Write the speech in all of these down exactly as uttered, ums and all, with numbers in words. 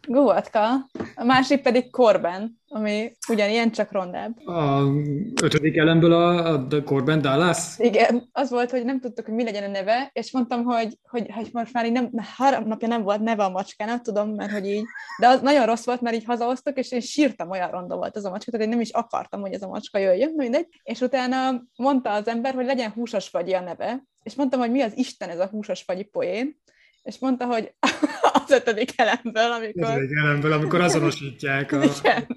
Govatka, a másik pedig Corben, ami ugyanilyen, csak rondább. A ötödik elemből a, a Corbin Dallas? Igen, az volt, hogy nem tudtuk, hogy mi legyen a neve, és mondtam, hogy, hogy, hogy most már így nem, három napja nem volt neve a macskának, tudom, mert hogy így, de az nagyon rossz volt, mert így hazahoztak, és én sírtam, olyan ronda volt az a macska, tehát én nem is akartam, hogy ez a macska jöjjön, mindegy. És utána mondta az ember, hogy legyen húsos fagyi a neve, és mondtam, hogy mi az Isten ez a húsos fagyi poén, és mondta, hogy az ötödik elemből, amikor... ötödik elemből, amikor azonosítják a... Igen.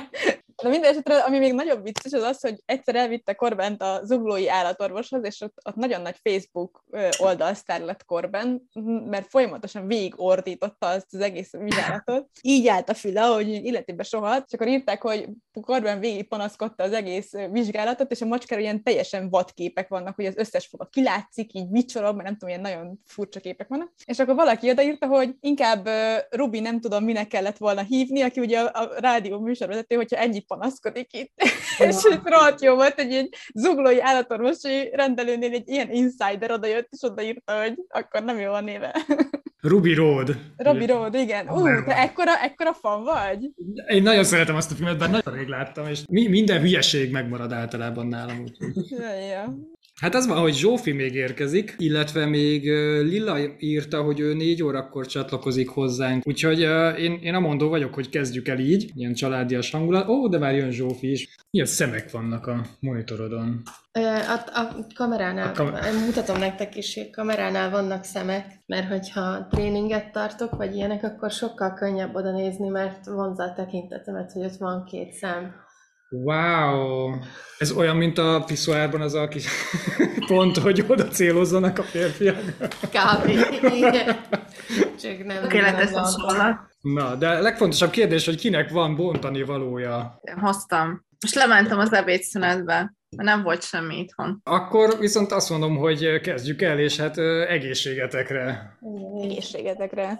De minden esetre, ami még nagyobb vicces, az az, hogy egyszer elvitte Corbent a zuglói állatorvoshoz, és ott, ott nagyon nagy Facebook oldalsztár lett Corben, mert folyamatosan végig ordította azt az egész vizsgálatot. Így állt a füle, hogy illetében soha, és akkor írták, hogy Corben végig panaszkodta az egész vizsgálatot, és a macskára ilyen teljesen vad képek vannak, hogy az összes foga kilátszik, így vicsorog, mert nem tudom, ilyen nagyon furcsa képek vannak. És akkor valaki odaírta, hogy inkább Rubi nem tudom, minek kellett volna hívni, aki ugye a, a rádió műsorvezető, hogyha ennyit panaszkodik itt. Ja. És ez rohadt jó volt, hogy egy zuglói állatorvosi rendelőnél egy ilyen insider odajött, és odaírta, hogy akkor nem jó a néve. Ruby Road. Ruby Road, igen. Ú, uh, te ekkora, ekkora fan vagy? Én nagyon szeretem azt a filmet, bár nagyon rég láttam, és mi, minden hülyeség megmarad általában nálam. Ja, ja. Hát az van, hogy Zsófi még érkezik, illetve még Lilla írta, hogy ő négy órakor csatlakozik hozzánk. Úgyhogy uh, én, én amondó vagyok, hogy kezdjük el így, ilyen családias hangulat. Ó, de már jön Zsófi is. Milyen szemek vannak a monitorodon? A, a kameránál, a kam- mutatom nektek is, hogy a kameránál vannak szemek, mert hogyha tréninget tartok, vagy ilyenek, akkor sokkal könnyebb oda nézni, mert vonzza a tekintetemet, hogy ott van két szem. Wow! Ez olyan, mint a piszoárban az a kis pont, hogy oda célozzanak a férfiak. Kb. Igen. Csak nem. Tökéletes hasonlat. Na, de a legfontosabb kérdés, hogy kinek van bontani valója. Hoztam. Most lementem az ebédszünetbe, mert nem volt semmi itthon. Akkor viszont azt mondom, hogy kezdjük el, és hát egészségetekre. Egészségetekre.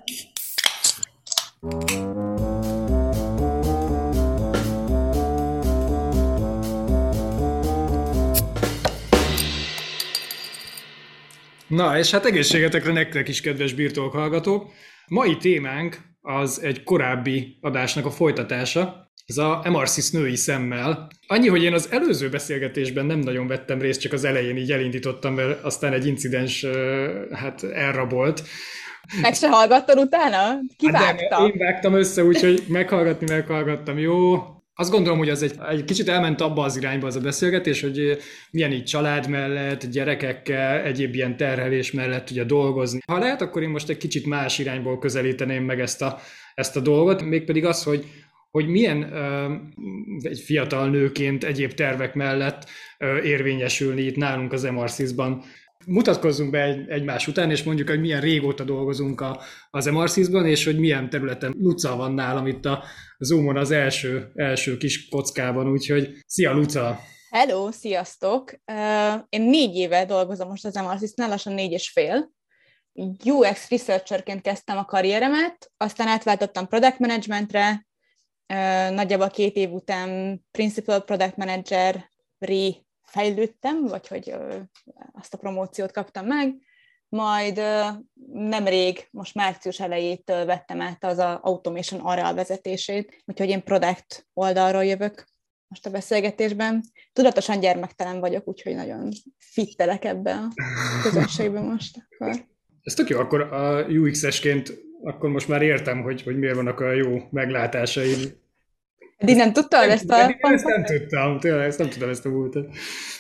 Na, és hát egészségetekre nektek is, kedves birtokhallgatók. Mai témánk az egy korábbi adásnak a folytatása, ez a Emarsis női szemmel. Annyi, hogy én az előző beszélgetésben nem nagyon vettem részt, csak az elején így elindítottam, mert aztán egy incidens hát elrabolt. Meg se hallgattad utána? Kivágta? Hát én vágtam össze, úgyhogy meghallgatni meghallgattam. Jó. Azt gondolom, hogy az egy, egy kicsit elment abba az irányba az a beszélgetés, hogy milyen így család mellett, gyerekekkel, egyéb ilyen terhelés mellett ugye dolgozni. Ha lehet, akkor én most egy kicsit más irányból közelíteném meg ezt a, ezt a dolgot, mégpedig az, hogy, hogy milyen uh, egy fiatal nőként egyéb tervek mellett uh, érvényesülni itt nálunk az Emarsisban. Mutatkozzunk be egy, egymás után, és mondjuk, hogy milyen régóta dolgozunk a, az Emarsisban, és hogy milyen területen Luca van nálam itt a Zoomon az első, első kis kockában, úgyhogy szia Luca! Hello, sziasztok! Uh, én négy éve dolgozom most az Emarsisnál, lassan négy és fél. u eksz researcherként kezdtem a karrieremet, aztán átváltottam product managementre, uh, nagyjából két év után principal product manager-ré fejlődtem, vagy hogy uh, azt a promóciót kaptam meg, majd uh, nemrég, most március elejétől vettem át az a Automation Aral vezetését, úgyhogy én product oldalról jövök most a beszélgetésben. Tudatosan gyermektelen vagyok, úgyhogy nagyon fittelek ebbe a közönségbe most. Akkor. Ez tök jó, akkor a u eksz-esként akkor most már értem, hogy, hogy miért vannak a jó meglátásaid. Eddig nem tudtad ezt a... Ezt nem tudtam, tényleg, ezt nem tudom ezt a múltat.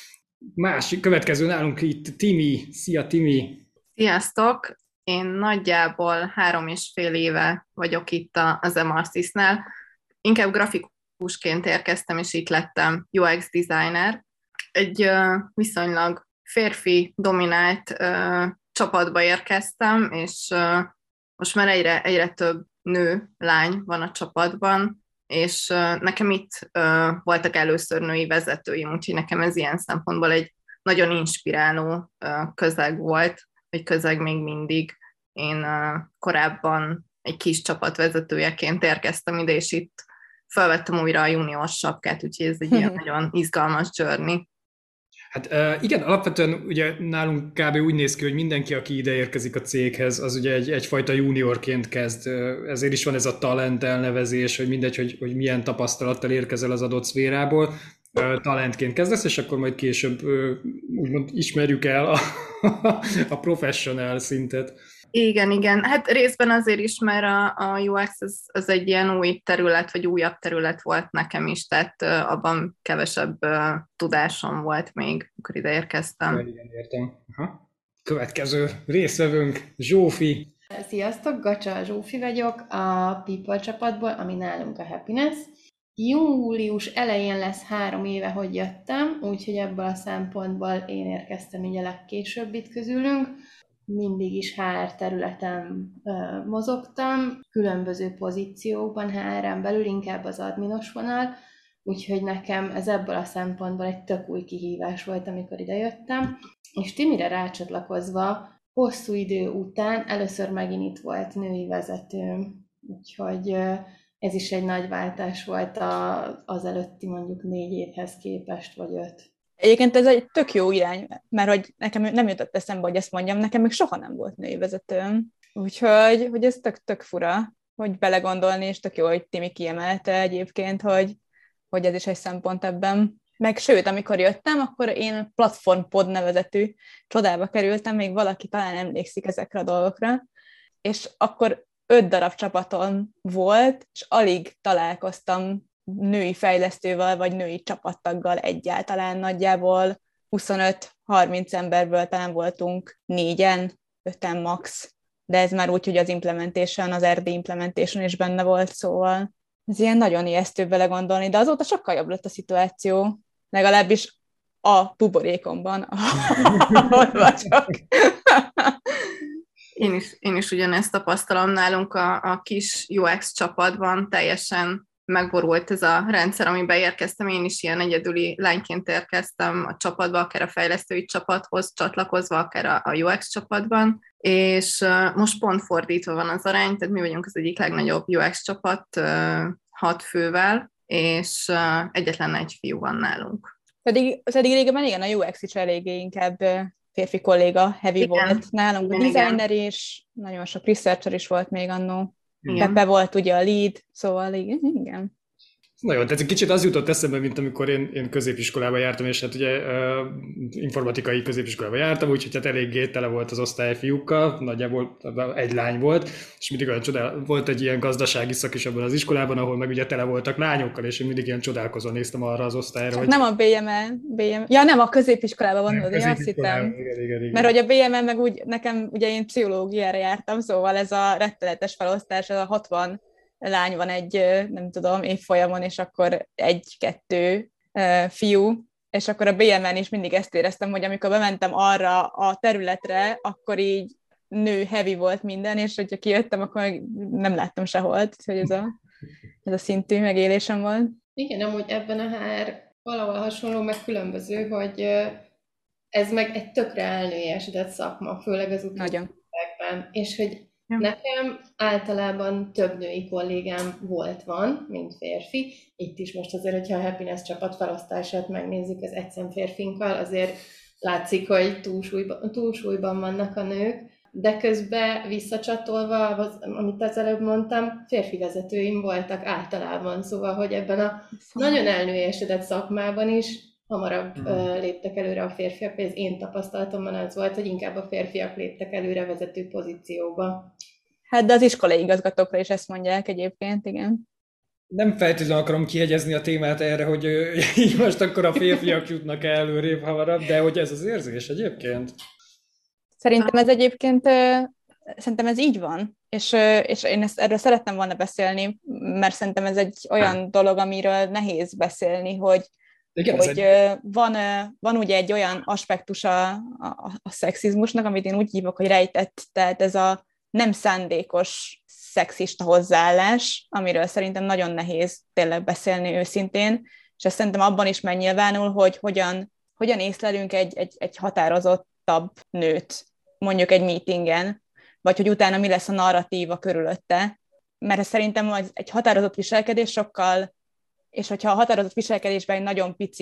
Másik, következő nálunk itt Timi. Szia Timi! Sziasztok! Én nagyjából három és fél éve vagyok itt az Emarsisnál. Inkább grafikusként érkeztem, és itt lettem u eksz designer. Egy uh, viszonylag férfi dominált uh, csapatba érkeztem, és uh, most már egyre, egyre több nő, lány van a csapatban, és uh, nekem itt uh, voltak először női vezetőim, úgyhogy nekem ez ilyen szempontból egy nagyon inspiráló uh, közeg volt, vagy közeg még mindig. Én uh, korábban egy kis csapatvezetőjeként érkeztem ide, és itt felvettem újra a junior sapkát, úgyhogy ez egy ilyen nagyon izgalmas journey. Hát igen, alapvetően ugye nálunk kb. Úgy néz ki, hogy mindenki, aki ide érkezik a céghez, az ugye egy, egyfajta juniorként kezd, ezért is van ez a talent elnevezés, hogy mindegy, hogy, hogy milyen tapasztalattal érkezel az adott szférából, talentként kezdesz, és akkor majd később úgymond ismerjük el a, a professional szintet. Igen, igen. Hát részben azért is, mert a, a u eksz az, az egy ilyen új terület, vagy újabb terület volt nekem is, tehát uh, abban kevesebb uh, tudásom volt még, amikor ide érkeztem. Igen, értem. Aha. Következő résztvevőnk, Zsófi. Sziasztok, Gacsa Zsófi vagyok, a People csapatból, ami nálunk a Happiness. Július elején lesz három éve, hogy jöttem, úgyhogy ebből a szempontból én érkeztem így a legkésőbb itt közülünk. Mindig is há er területen uh, mozogtam, különböző pozíciókban há er-en belül, inkább az adminos vonal, úgyhogy nekem ez ebből a szempontból egy tök új kihívás volt, amikor idejöttem. És Timire rácsatlakozva, hosszú idő után először megint itt volt női vezetőm, úgyhogy uh, ez is egy nagy váltás volt a, az előtti mondjuk négy évhez képest, vagy öt. Egyébként ez egy tök jó irány, mert hogy nekem nem jutott eszembe, hogy ezt mondjam, nekem még soha nem volt női vezetőm. Úgyhogy hogy ez tök, tök fura, hogy belegondolni, és tök jó, hogy Timi kiemelte egyébként, hogy, hogy ez is egy szempont ebben. Meg sőt, amikor jöttem, akkor én platformpod nevezetű csodába kerültem, még valaki talán emlékszik ezekre a dolgokra, és akkor öt darab csapaton volt, és alig találkoztam női fejlesztővel, vagy női csapattaggal egyáltalán, nagyjából huszonöt-harminc emberből talán voltunk négyen, öten max, de ez már úgy, hogy az implementation, az er dé implementation is benne volt, szóval ez ilyen nagyon ijesztő belegondolni, de azóta sokkal jobb lett a szituáció, legalábbis a buborékomban, ahol vagyok. Én is, én is ugyanezt tapasztalom nálunk a, a kis u eksz csapatban, teljesen megborult ez a rendszer, amiben érkeztem, én is ilyen egyedüli lányként érkeztem a csapatba, akár a fejlesztői csapathoz csatlakozva, akár a, a u eksz csapatban, és uh, most pont fordítva van az arány, tehát mi vagyunk az egyik legnagyobb u eksz csapat, uh, hat fővel, és uh, egyetlen egy fiú van nálunk. Pedig, pedig régebben igen, a u eksz is eléggé inkább férfi kolléga, heavy igen. volt nálunk, a designer is, nagyon sok researcher is volt még annó. Pepe volt ugye a lead, szóval igen. igen. Nagyon, tehát kicsit az jutott eszembe, mint amikor én, én középiskolába jártam, és hát ugye uh, informatikai középiskolába jártam, úgyhogy hát eléggé tele volt az osztály fiúkkal, nagyjából egy lány volt, és mindig olyan csodál, volt egy ilyen gazdasági szak is abban az iskolában, ahol meg ugye tele voltak lányokkal, és én mindig ilyen csodálkozva néztem arra az osztályra. Csak hogy... nem a bé em el, bé em el. Ja, nem, a középiskolában van, én azt hittem. Igen, igen, igen. Mert hogy a bé em el meg úgy, nekem ugye én pszichológiára jártam, szóval ez a rettenetes felosztás, ez a hatvan lány van egy, nem tudom, évfolyamon, és akkor egy-kettő fiú, és akkor a bé em en is mindig ezt éreztem, hogy amikor bementem arra a területre, akkor így nő heavy volt minden, és hogyha kijöttem, akkor nem láttam sehol, hogy ez a, ez a szintű megélésem volt. Igen, amúgy ebben a há er valahol hasonló, meg különböző, hogy ez meg egy tökre elnőjesedett szakma, főleg az utóbbi években, és hogy ja. Nekem általában több női kollégám volt, van, mint férfi. Itt is most azért, hogyha a Happiness csapat felosztását megnézzük az egyszem férfinkkal, azért látszik, hogy túlsúlyban, túlsúlyban vannak a nők, de közben visszacsatolva, az, amit az előbb mondtam, férfi vezetőim voltak általában, szóval, hogy ebben a nagyon elnőjesedett szakmában is hamarabb uh, léptek előre a férfiak, ez én tapasztalatomban az volt, hogy inkább a férfiak léptek előre vezető pozícióba. Hát de az iskolai igazgatókra is ezt mondják egyébként, igen. Nem feltétlenül akarom kihegyezni a témát erre, hogy így most akkor a férfiak jutnak előrébb hamarabb, de hogy ez az érzés egyébként? Szerintem ez egyébként, szerintem ez így van, és, és én ezt, erről szerettem volna beszélni, mert szerintem ez egy olyan dolog, amiről nehéz beszélni, hogy Igen, hogy egy... van, van ugye egy olyan aspektus a, a, a szexizmusnak, amit én úgy hívok, hogy rejtett, tehát ez a nem szándékos szexista hozzáállás, amiről szerintem nagyon nehéz tényleg beszélni őszintén, és ezt szerintem abban is megnyilvánul, hogy hogyan, hogyan észlelünk egy, egy, egy határozottabb nőt, mondjuk egy meetingen, vagy hogy utána mi lesz a narratíva körülötte, mert szerintem egy határozott viselkedés sokkal, és hogyha a határozott viselkedésben egy nagyon pici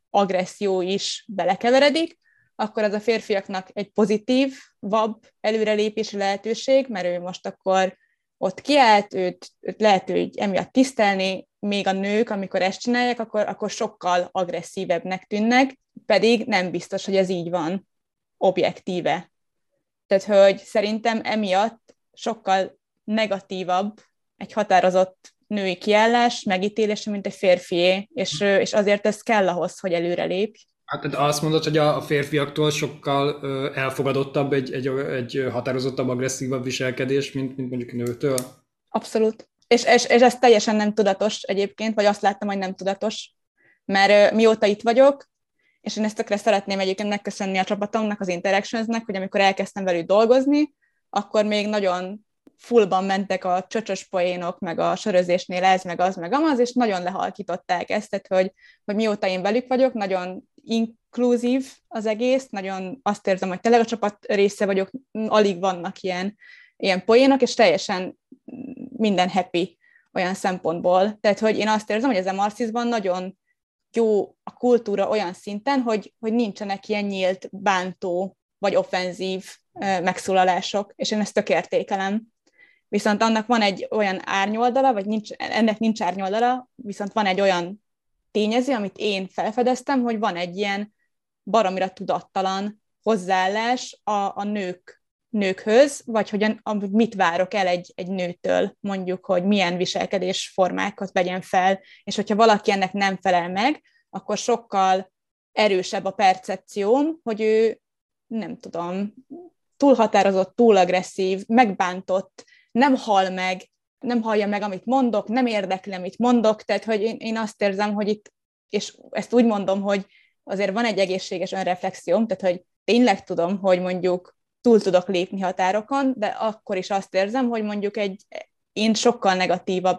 agresszió is belekeveredik, akkor az a férfiaknak egy pozitívabb előrelépési lehetőség, mert ő most akkor ott kiállt, őt, őt lehet, hogy emiatt tisztelni, még a nők, amikor ezt csinálják, akkor, akkor sokkal agresszívebbnek tűnnek, pedig nem biztos, hogy ez így van objektíve. Tehát, hogy szerintem emiatt sokkal negatívabb egy határozott női kiállás, megítélése, mint egy férfié, és, és azért ez kell ahhoz, hogy előrelépj. Hát azt mondod, hogy a férfiaktól sokkal elfogadottabb egy, egy, egy határozottabb, agresszívabb viselkedés, mint, mint mondjuk nőtől? Abszolút. És, és, és ez teljesen nem tudatos egyébként, vagy azt láttam, hogy nem tudatos. Mert mióta itt vagyok, és én ezt tökre szeretném egyébként megköszönni a csapatomnak, az Interactionsnek, hogy amikor elkezdtem velük dolgozni, akkor még nagyon fullban mentek a csöcsös poénok, meg a sörözésnél ez, meg az, meg amaz, és nagyon lehalkították ezt, tehát, hogy, hogy mióta én velük vagyok, nagyon inkluzív az egész, nagyon azt érzem, hogy tényleg a csapat része vagyok, alig vannak ilyen, ilyen poénok, és teljesen minden happy olyan szempontból. Tehát, hogy én azt érzem, hogy az Emarcisban nagyon jó a kultúra olyan szinten, hogy, hogy nincsenek ilyen nyílt, bántó vagy offenzív megszólalások, és én ezt tök értékelem. Viszont annak van egy olyan árnyoldala, vagy nincs, ennek nincs árnyoldala, viszont van egy olyan tényező, amit én felfedeztem, hogy van egy ilyen baromira tudattalan hozzáállás a, a nők, nőkhöz, vagy hogy a, mit várok el egy, egy nőtől, mondjuk, hogy milyen viselkedésformákat vegyen fel, és hogyha valaki ennek nem felel meg, akkor sokkal erősebb a percepcióm, hogy ő, nem tudom, túl határozott, túl agresszív, megbántott, nem hall meg, nem hallja meg, amit mondok, nem érdekli, amit mondok, tehát hogy én, én azt érzem, hogy itt, és ezt úgy mondom, hogy azért van egy egészséges önreflexióm, tehát hogy tényleg tudom, hogy mondjuk túl tudok lépni határokon, de akkor is azt érzem, hogy mondjuk egy, én sokkal negatívabb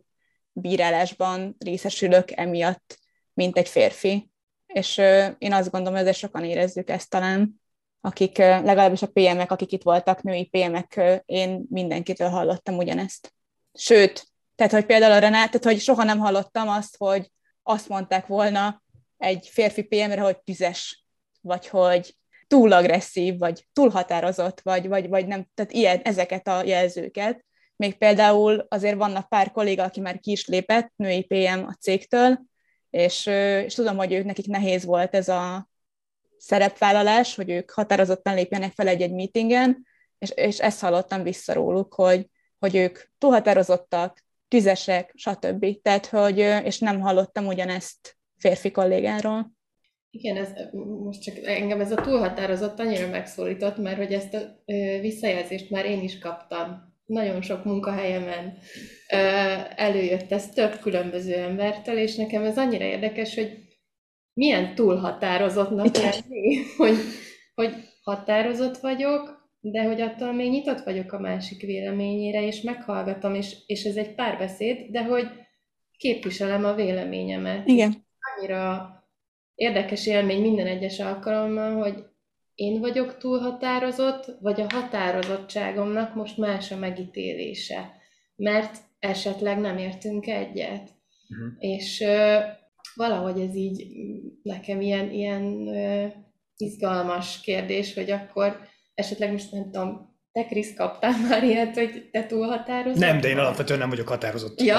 elbírálásban részesülök emiatt, mint egy férfi. És uh, én azt gondolom, hogy ezért sokan érezzük ezt talán, akik uh, legalábbis a pé emek, akik itt voltak, női pé emek, uh, én mindenkitől hallottam ugyanezt. Sőt, tehát, hogy például a Renát, tehát, hogy soha nem hallottam azt, hogy azt mondták volna egy férfi pé emre, hogy tüzes, vagy hogy túl agresszív, vagy túl határozott, vagy, vagy, vagy nem, tehát ilyen, ezeket a jelzőket. Még például azért vannak pár kolléga, aki már ki is lépett, női pé em a cégtől, és, és tudom, hogy ők nekik nehéz volt ez a szerepvállalás, hogy ők határozottan lépjenek fel egy-egy meetingen, és, és ezt hallottam vissza róluk, hogy, hogy ők túlhatározottak, tüzesek, stb. Tehát, hogy, és nem hallottam ugyanezt férfi kollégáról. Igen, ez, most csak engem ez a túlhatározott annyira megszólított, mert hogy ezt a ö, visszajelzést már én is kaptam. Nagyon sok munkahelyemen ö, előjött ez több különböző embertől, és nekem ez annyira érdekes, hogy milyen túlhatározottnak lenni, hogy, hogy határozott vagyok, de hogy attól még nyitott vagyok a másik véleményére, és meghallgatom, és, és ez egy párbeszéd, de hogy képviselem a véleményemet. Igen. Annyira érdekes élmény minden egyes alkalommal, hogy én vagyok túl határozott, vagy a határozottságomnak most más a megítélése, mert esetleg nem értünk egyet. Uh-huh. És ö, valahogy ez így nekem ilyen, ilyen ö, izgalmas kérdés, hogy akkor esetleg most nem tudom, te Krisz kaptál már ilyet, hogy te túl határozott? Nem, de én alapvetően nem vagyok határozott. Ja.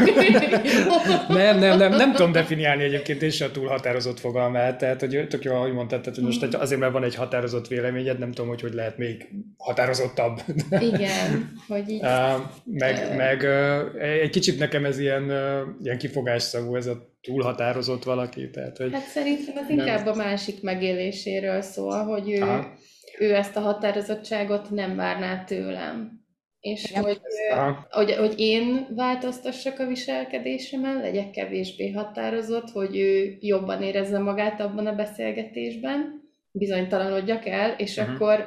nem, nem, nem, nem tudom definiálni egyébként én se a túl határozott fogalmát, tehát hogy tök jó, ahogy mondtad, tehát, hogy most azért, mert van egy határozott véleményed, nem tudom, hogy hogy lehet még határozottabb. Igen, hogy így... Uh, meg, uh, meg uh, egy kicsit nekem ez ilyen, uh, ilyen kifogásszagú, ez a túl határozott valaki. Tehát, hogy hát szerintem az inkább nem. A másik megéléséről szól, hogy ő... Aha. ő ezt a határozottságot nem várná tőlem. És hogy, hogy, hogy én változtassak a viselkedésemen, legyek kevésbé határozott, hogy ő jobban érezze magát abban a beszélgetésben, bizonytalanodjak el, és uh-huh. akkor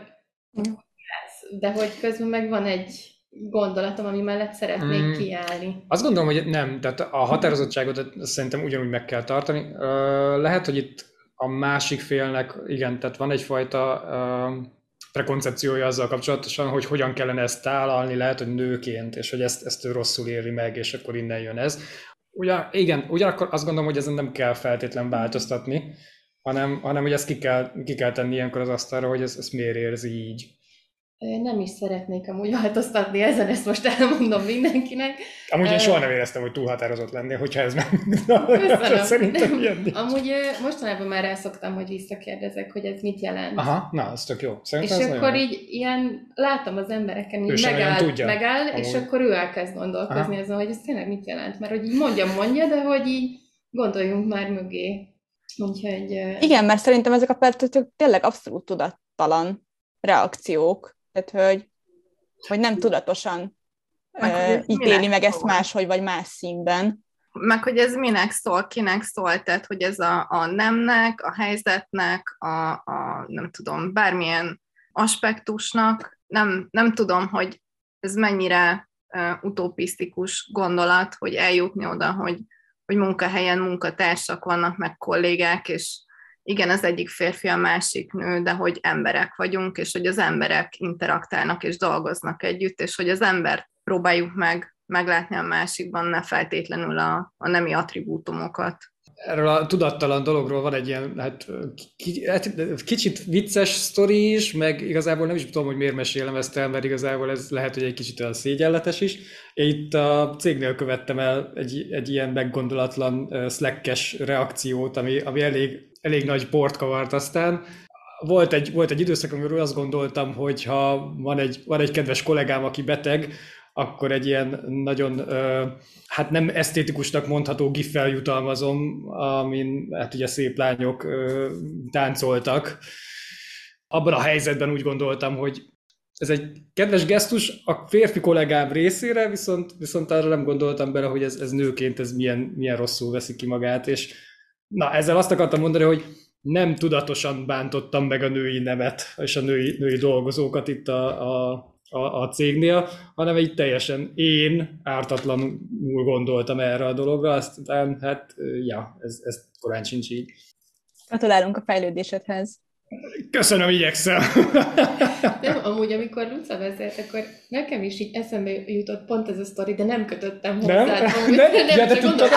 de hogy közben meg van egy gondolatom, ami mellett szeretnék mm. kiállni. Azt gondolom, hogy nem, tehát a határozottságot szerintem ugyanúgy meg kell tartani. Lehet, hogy itt a másik félnek, igen, tehát van egyfajta uh, prekoncepciója azzal kapcsolatosan, hogy hogyan kellene ezt tálalni, lehet, hogy nőként, és hogy ezt, ezt ő rosszul éri meg, és akkor innen jön ez. Ugyan, igen, ugyanakkor azt gondolom, hogy ezen nem kell feltétlen változtatni, hanem, hanem hogy ezt ki kell, ki kell tenni ilyenkor az asztalra, hogy ezt, ezt miért érzi így. Nem is szeretnék amúgy változtatni ezen, ezt most elmondom mindenkinek. Amúgy én soha nem éreztem, hogy túl határozott lennél, hogyha ez meg... Köszönöm. Szerintem ilyen nincs. Amúgy mostanában már elszoktam, hogy visszakérdezek, hogy ez mit jelent. Aha, na, ez tök jó. Szerintem és ez akkor jó. így ilyen, látom az embereken, Ő így sem megáll, tudja, megáll és amúgy. akkor ő elkezd gondolkozni azon, hogy ez tényleg mit jelent. Mert hogy így mondja, mondja, de hogy így gondoljunk már mögé. Úgyhogy... Igen, mert szerintem ezek a percek tényleg abszolút tudattalan reakciók. Tehát, hogy, hogy nem tudatosan meg, uh, ítéli meg ezt máshogy, vagy más színben. Meg, hogy ez minek szól, kinek szól, tehát, hogy ez a, a nemnek, a helyzetnek, a, a nem tudom, bármilyen aspektusnak, nem, nem tudom, hogy ez mennyire uh, utopisztikus gondolat, hogy eljutni oda, hogy, hogy munkahelyen munkatársak vannak, meg kollégák, és igen, az egyik férfi, a másik nő, de hogy emberek vagyunk, és hogy az emberek interaktálnak és dolgoznak együtt, és hogy az embert próbáljuk meg meglátni a másikban, ne feltétlenül a, a nemi attribútumokat. Erről a tudattalan dologról van egy ilyen, hát, k- hát kicsit vicces sztori is, meg igazából nem is tudom, hogy miért mesélem ezt el, mert igazából ez lehet, hogy egy kicsit olyan szégyenletes is. Én itt a cégnél követtem el egy, egy ilyen meggondolatlan uh, slack-es reakciót, ami, ami elég, elég nagy port kavart aztán. Volt egy, volt egy időszak, amiről azt gondoltam, hogy ha van egy, van egy kedves kollégám, aki beteg, akkor egy ilyen nagyon, hát nem esztétikusnak mondható giffel jutalmazom, amin hát ugye szép lányok táncoltak. Abban a helyzetben úgy gondoltam, hogy ez egy kedves gesztus a férfi kollégám részére, viszont, viszont arra nem gondoltam bele, hogy ez, ez nőként ez milyen, milyen rosszul veszi ki magát, és na, ezzel azt akartam mondani, hogy nem tudatosan bántottam meg a női nemet és a női, női dolgozókat itt a, a A, a cégnél, hanem így teljesen én ártatlanul gondoltam erre a dologra, aztán hát, ja, ez, ez korán sincs így. Gratulálunk a fejlődésedhez. Köszönöm, igyekszem. Nem, amúgy, amikor Luca beszélt, akkor nekem is így eszembe jutott pont ez a sztori, de nem kötöttem hozzá. Nem? Amúgy, Nem? nem, Ja, de csak tudtad?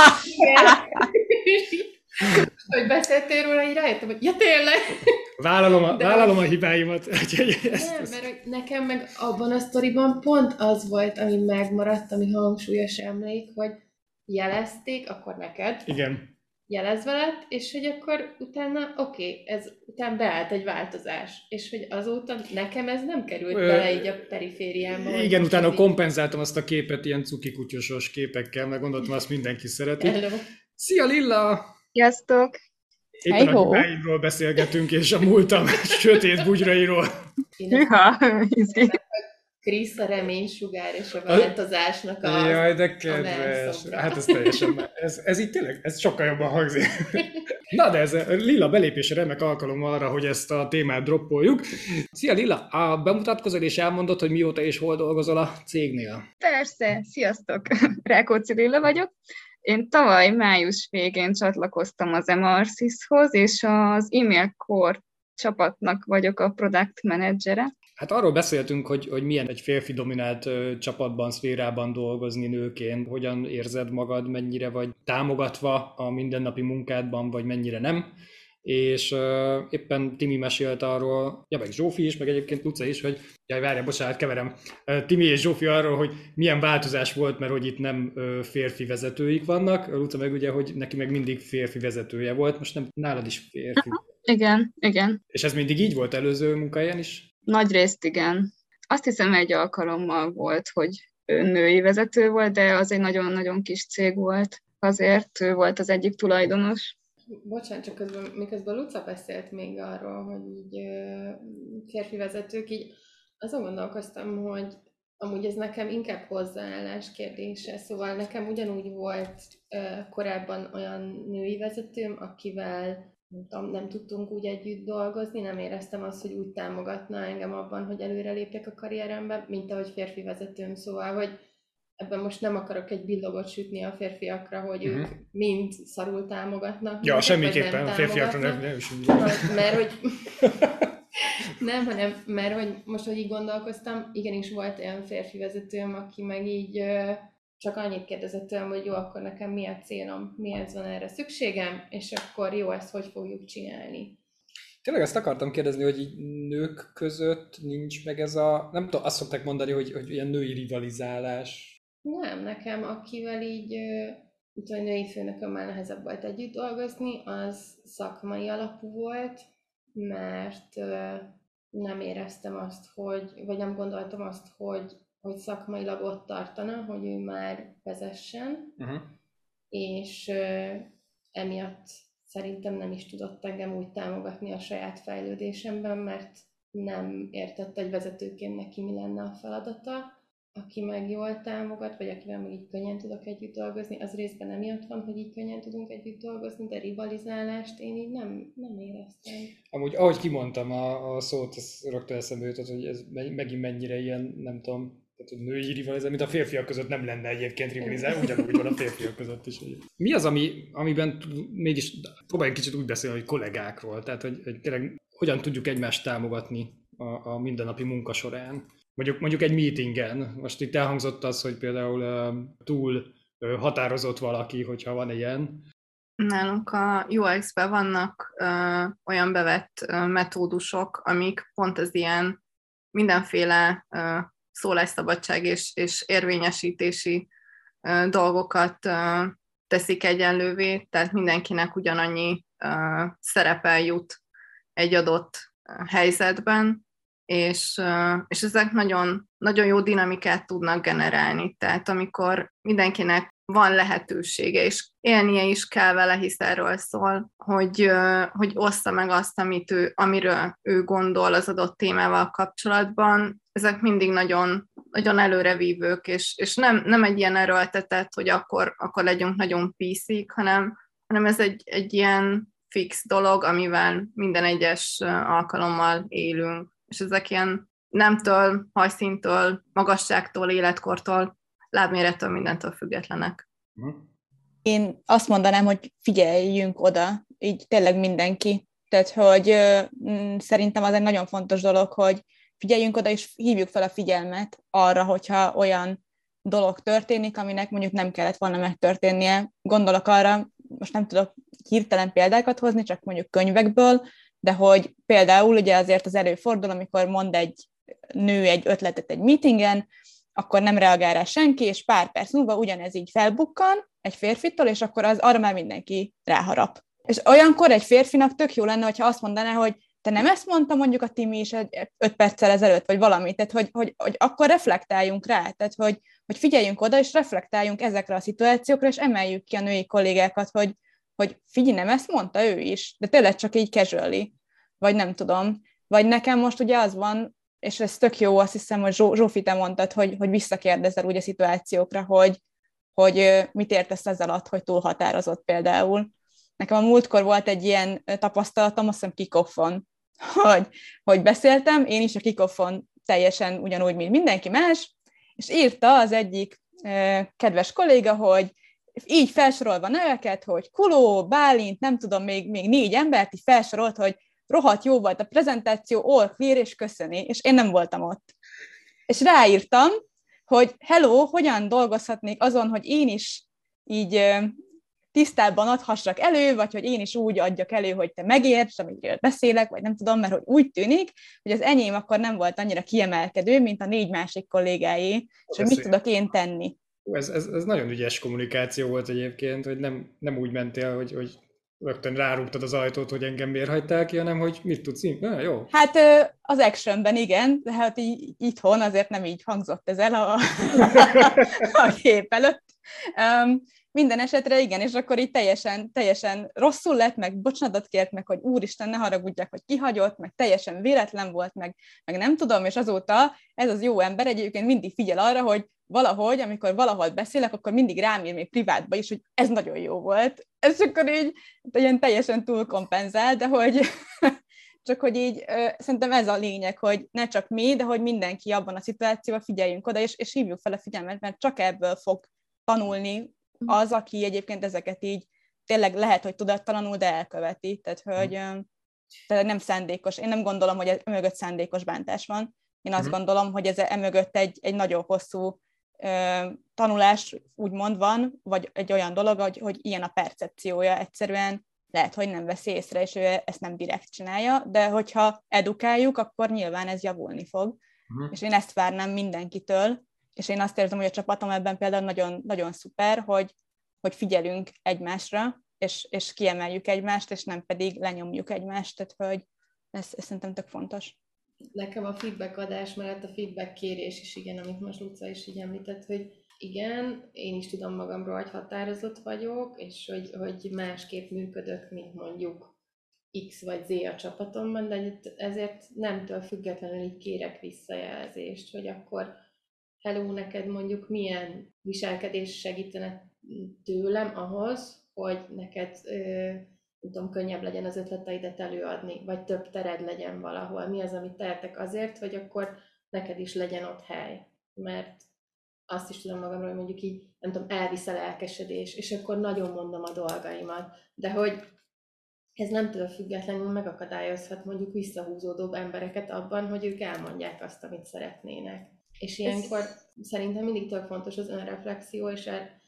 hogy beszéltél róla, így rájöttem, hogy ja, tényleg. Vállalom a, De vállalom a hibáimat. Nem, mert nekem meg abban a sztoriban pont az volt, ami megmaradt, ami hangsúlyos emlék, hogy jelezték, akkor neked. Igen. Jelezve lett, és hogy akkor utána, oké, okay, ez után beállt egy változás, és hogy azóta nekem ez nem került Ö, bele így a perifériámba. Igen, utána így... kompenzáltam azt a képet ilyen cukikutyusos képekkel, meg gondoltam, azt mindenki szereti. Hello. Szia Lilla! Sziasztok! Éppen a hibáimról beszélgetünk, és a múltam sötét bugyrairól. Hűha, izgi. Krisz a reménysugár és a változásnak a... Jaj, de kedves. Hát ez teljesen... Ez, ez így tényleg, ez sokkal jobban hangzik. Na, de ez Lilla belépése remek alkalom arra, hogy ezt a témát droppoljuk. Szia Lilla, a bemutatkozol és elmondod, hogy mióta és hol dolgozol a cégnél? Persze, sziasztok! Rákóczi Lilla vagyok. Én tavaly május végén csatlakoztam az Emarsyshoz, és az e-mail core csapatnak vagyok a product menedzsere. Hát arról beszéltünk, hogy, hogy milyen egy férfi dominált ö, csapatban, szférában dolgozni nőként, hogyan érzed magad, mennyire vagy támogatva a mindennapi munkádban, vagy mennyire nem. És ö, éppen Timi mesélt arról, ja meg Zsófi is, meg egyébként Luca is, hogy jaj, várjál, bocsánat, keverem. Timi és Zsófi arról, hogy milyen változás volt, mert hogy itt nem ö, férfi vezetőik vannak. Luca meg ugye, hogy neki meg mindig férfi vezetője volt, most nem nálad is férfi. Uh-huh. Igen, igen. És ez mindig így volt előző munkahelyen is? Nagy részt igen. Azt hiszem egy alkalommal volt, hogy női vezető volt, de az egy nagyon-nagyon kis cég volt. Azért ő volt az egyik tulajdonos. Bocsánat, csak közben, miközben Luca beszélt még arról, hogy így férfi vezetők, így azon gondolkoztam, hogy amúgy ez nekem inkább hozzáállás kérdése. Szóval nekem ugyanúgy volt korábban olyan női vezetőm, akivel nem tudom, nem tudtunk úgy együtt dolgozni, nem éreztem azt, hogy úgy támogatna engem abban, hogy előrelépjek a karrieremben, mint ahogy férfi vezetőm, szóval, hogy ebben most nem akarok egy billogot sütni a férfiakra, hogy uh-huh. ők mind szarul támogatnak. Ja, semmiképpen a férfiakra nem, nem is. Mert hogy nem, hanem, mert hogy most, hogy így gondolkoztam, igenis volt olyan férfi vezetőm, aki meg így csak annyit kérdezett tőlem, hogy jó, akkor nekem mi a célom, mihez van erre szükségem, és akkor jó, ezt hogy fogjuk csinálni. Tényleg ezt akartam kérdezni, hogy így nők között nincs meg ez a, nem tudom, azt szokták mondani, hogy, hogy ilyen női rivalizálás. Nem, nekem akivel így, úgy, hogy női főnökömmel nehezebb volt együtt dolgozni, az szakmai alapú volt, mert nem éreztem azt, hogy, vagy nem gondoltam azt, hogy, hogy szakmailag ott tartana, hogy ő már vezessen, uh-huh. és emiatt szerintem nem is tudott engem úgy támogatni a saját fejlődésemben, mert nem értett, hogy vezetőként neki mi lenne a feladata. Aki meg jól támogat, vagy akivel meg így könnyen tudok együtt dolgozni, az részben emiatt van, hogy így könnyen tudunk együtt dolgozni, de rivalizálást én így nem, nem éreztem. Amúgy, ahogy kimondtam a, a szót, az rögtön eszembe jutott, hogy ez megint mennyire ilyen, nem tudom, tehát, hogy női rivalizálás, mint a férfiak között nem lenne egyébként rivalizálás, ugyanúgy van a férfiak között is. Mi az, ami, amiben mégis próbáljunk kicsit úgy beszélni, hogy kollégákról, tehát hogy, hogy tényleg hogyan tudjuk egymást támogatni a, a mindennapi munka során? Mondjuk, mondjuk egy meetingen. Most itt elhangzott az, hogy például uh, túl uh, határozott valaki, hogyha van ilyen. Nálunk a u iksz-ben vannak uh, olyan bevett uh, metódusok, amik pont az ilyen mindenféle uh, szólásszabadság és, és érvényesítési uh, dolgokat uh, teszik egyenlővé, tehát mindenkinek ugyanannyi uh, szerepe jut egy adott uh, helyzetben, és, és ezek nagyon, nagyon jó dinamikát tudnak generálni. Tehát amikor mindenkinek van lehetősége, és élnie is kell vele, hisz erről szól, hogy, hogy ossza meg azt, amit ő, amiről ő gondol az adott témával kapcsolatban. Ezek mindig nagyon, nagyon előrevívők, és, és nem, nem egy ilyen erőltetett, hogy akkor, akkor legyünk nagyon píszik, hanem, hanem ez egy, egy ilyen fix dolog, amivel minden egyes alkalommal élünk. És ezek ilyen nemtől, hajszíntől, magasságtól, életkortól, lábmérettől, mindentől függetlenek. Én azt mondanám, hogy figyeljünk oda, így tényleg mindenki. Tehát, hogy ö, szerintem az egy nagyon fontos dolog, hogy figyeljünk oda, és hívjuk fel a figyelmet arra, hogyha olyan dolog történik, aminek mondjuk nem kellett volna megtörténnie. Gondolok arra, most nem tudok hirtelen példákat hozni, csak mondjuk könyvekből, de hogy például ugye azért az előfordul, amikor mond egy nő egy ötletet egy meetingen, akkor nem reagál rá senki, és pár perc múlva ugyanez így felbukkan egy férfitől, és akkor az, arra már mindenki ráharap. És olyankor egy férfinak tök jó lenne, hogyha azt mondaná, hogy te nem ezt mondta mondjuk a Timi is egy öt perccel ezelőtt, vagy valami, tehát hogy, hogy, hogy akkor reflektáljunk rá, tehát hogy, hogy figyeljünk oda, és reflektáljunk ezekre a szituációkra, és emeljük ki a női kollégákat, hogy hogy figyelj, nem ezt mondta ő is, de tényleg csak így casually, vagy nem tudom. Vagy nekem most ugye az van, és ez tök jó, azt hiszem, hogy Zsófi, te mondtad, hogy, hogy visszakérdezel úgy a szituációkra, hogy, hogy mit értesz ezzel alatt, hogy túl határozott például. Nekem a múltkor volt egy ilyen tapasztalatom, azt hiszem kick-offon, hogy, hogy beszéltem, én is a kick-offon teljesen ugyanúgy, mint mindenki más, és írta az egyik eh, kedves kolléga, hogy így felsorolva neveket, hogy Kuló, Bálint, nem tudom, még, még négy embert, így felsorolt, hogy rohadt jó volt a prezentáció, all clear, és köszöni, és én nem voltam ott. És ráírtam, hogy hello, hogyan dolgozhatnék azon, hogy én is így tisztábban adhassak elő, vagy hogy én is úgy adjak elő, hogy te megérts, amiről beszélek, vagy nem tudom, mert hogy úgy tűnik, hogy az enyém akkor nem volt annyira kiemelkedő, mint a négy másik kollégáé, és hogy mit tudok én tenni. Ez, ez, ez nagyon ügyes kommunikáció volt egyébként, hogy nem, nem úgy mentél, hogy, hogy rögtön rárúgtad az ajtót, hogy engem miért hagytál ki, hanem hogy mit tudsz én? Na, jó. Hát az actionben igen, de hát így, itthon azért nem így hangzott ez el a, a kép előtt. Um, minden esetre igen, és akkor így teljesen, teljesen rosszul lett, meg bocsánatot kért, meg hogy úristen, ne haragudjak, hogy kihagyott, meg teljesen véletlen volt, meg, meg nem tudom, és azóta ez az jó ember egyébként mindig figyel arra, hogy valahogy, amikor valahol beszélek, akkor mindig rám ír még privátba is, hogy ez nagyon jó volt. Ez akkor így ilyen teljesen túlkompenzál, de hogy csak hogy így szerintem ez a lényeg, hogy ne csak mi, de hogy mindenki abban a szituációban figyeljünk oda, és, és hívjuk fel a figyelmet, mert csak ebből fog tanulni az, aki egyébként ezeket így tényleg lehet, hogy tudattalanul, de elköveti. Tehát, hogy tehát nem szándékos. Én nem gondolom, hogy emögött szándékos bántás van. Én azt mm. gondolom, hogy ez emögött egy, egy nagyon hosszú tanulás úgymond van, vagy egy olyan dolog, hogy, hogy ilyen a percepciója, egyszerűen lehet, hogy nem veszi észre, és ő ezt nem direkt csinálja, de hogyha edukáljuk, akkor nyilván ez javulni fog. Uh-huh. És én ezt várnám mindenkitől, és én azt érzem, hogy a csapatom ebben például nagyon, nagyon szuper, hogy, hogy figyelünk egymásra, és, és kiemeljük egymást, és nem pedig lenyomjuk egymást, tehát hogy ez, ez szerintem tök fontos. Nekem a feedback adás mellett a feedback kérés is igen, amit most Luca is így említett, hogy igen, én is tudom magamról, hogy határozott vagyok, és hogy, hogy másképp működök, mint mondjuk X vagy Z a csapatomban, de ezért nemtől függetlenül így kérek visszajelzést, hogy akkor hello, neked mondjuk milyen viselkedés segítene tőlem ahhoz, hogy neked nem tudom, könnyebb legyen az ötleteidet előadni, vagy több tered legyen valahol. Mi az, amit tehetek azért, hogy akkor neked is legyen ott hely. Mert azt is tudom magamról, hogy mondjuk így, nem tudom, elvisz a lelkesedés, és akkor nagyon mondom a dolgaimat. De hogy ez nemtől függetlenül megakadályozhat mondjuk visszahúzódóbb embereket abban, hogy ők elmondják azt, amit szeretnének. És ilyenkor ez... szerintem mindig tök fontos az önreflexió, és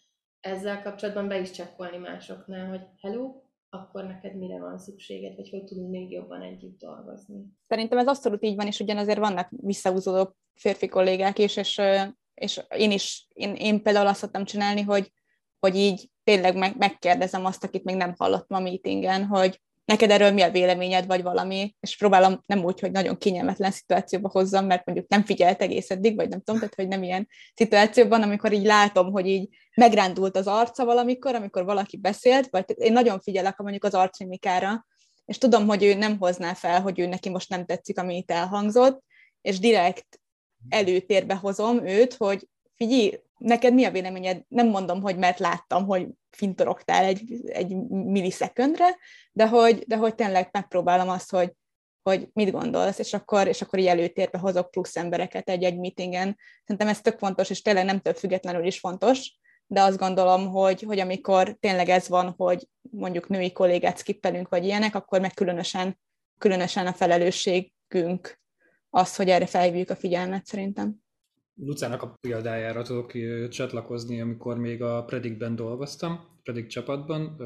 ezzel kapcsolatban be is csekkolni másoknál, hogy hello, akkor neked mire van szükséged, vagy hogy tudunk még jobban együtt dolgozni. Szerintem ez abszolút így van, és ugyanazért vannak visszahúzódó férfi kollégák is, és, és én is, én, én például azt szoktam csinálni, hogy, hogy így tényleg meg, megkérdezem azt, akit még nem hallottam a meetingen, hogy neked erről mi a véleményed, vagy valami, és próbálom nem úgy, hogy nagyon kényelmetlen szituációba hozzam, mert mondjuk nem figyelt egész eddig, vagy nem tudom, tehát hogy nem ilyen szituációban, amikor így látom, hogy így megrándult az arca valamikor, amikor valaki beszélt, vagy én nagyon figyelek mondjuk az arcmimikára, és tudom, hogy ő nem hozná fel, hogy ő neki most nem tetszik, ami itt elhangzott, és direkt előtérbe hozom őt, hogy figyelj, neked mi a véleményed? Nem mondom, hogy mert láttam, hogy fintorogtál egy, egy millisekundre, de hogy, de hogy tényleg megpróbálom azt, hogy, hogy mit gondolsz, és akkor, és akkor így előtérbe hozok plusz embereket egy-egy meetingen. Szerintem ez tök fontos, és tényleg nem több függetlenül is fontos, de azt gondolom, hogy, hogy amikor tényleg ez van, hogy mondjuk női kollégát skippelünk, vagy ilyenek, akkor meg különösen, különösen a felelősségünk az, hogy erre felhívjuk a figyelmet szerintem. Lucának a példájára tudok csatlakozni, amikor még a Predictben dolgoztam, Predict csapatban.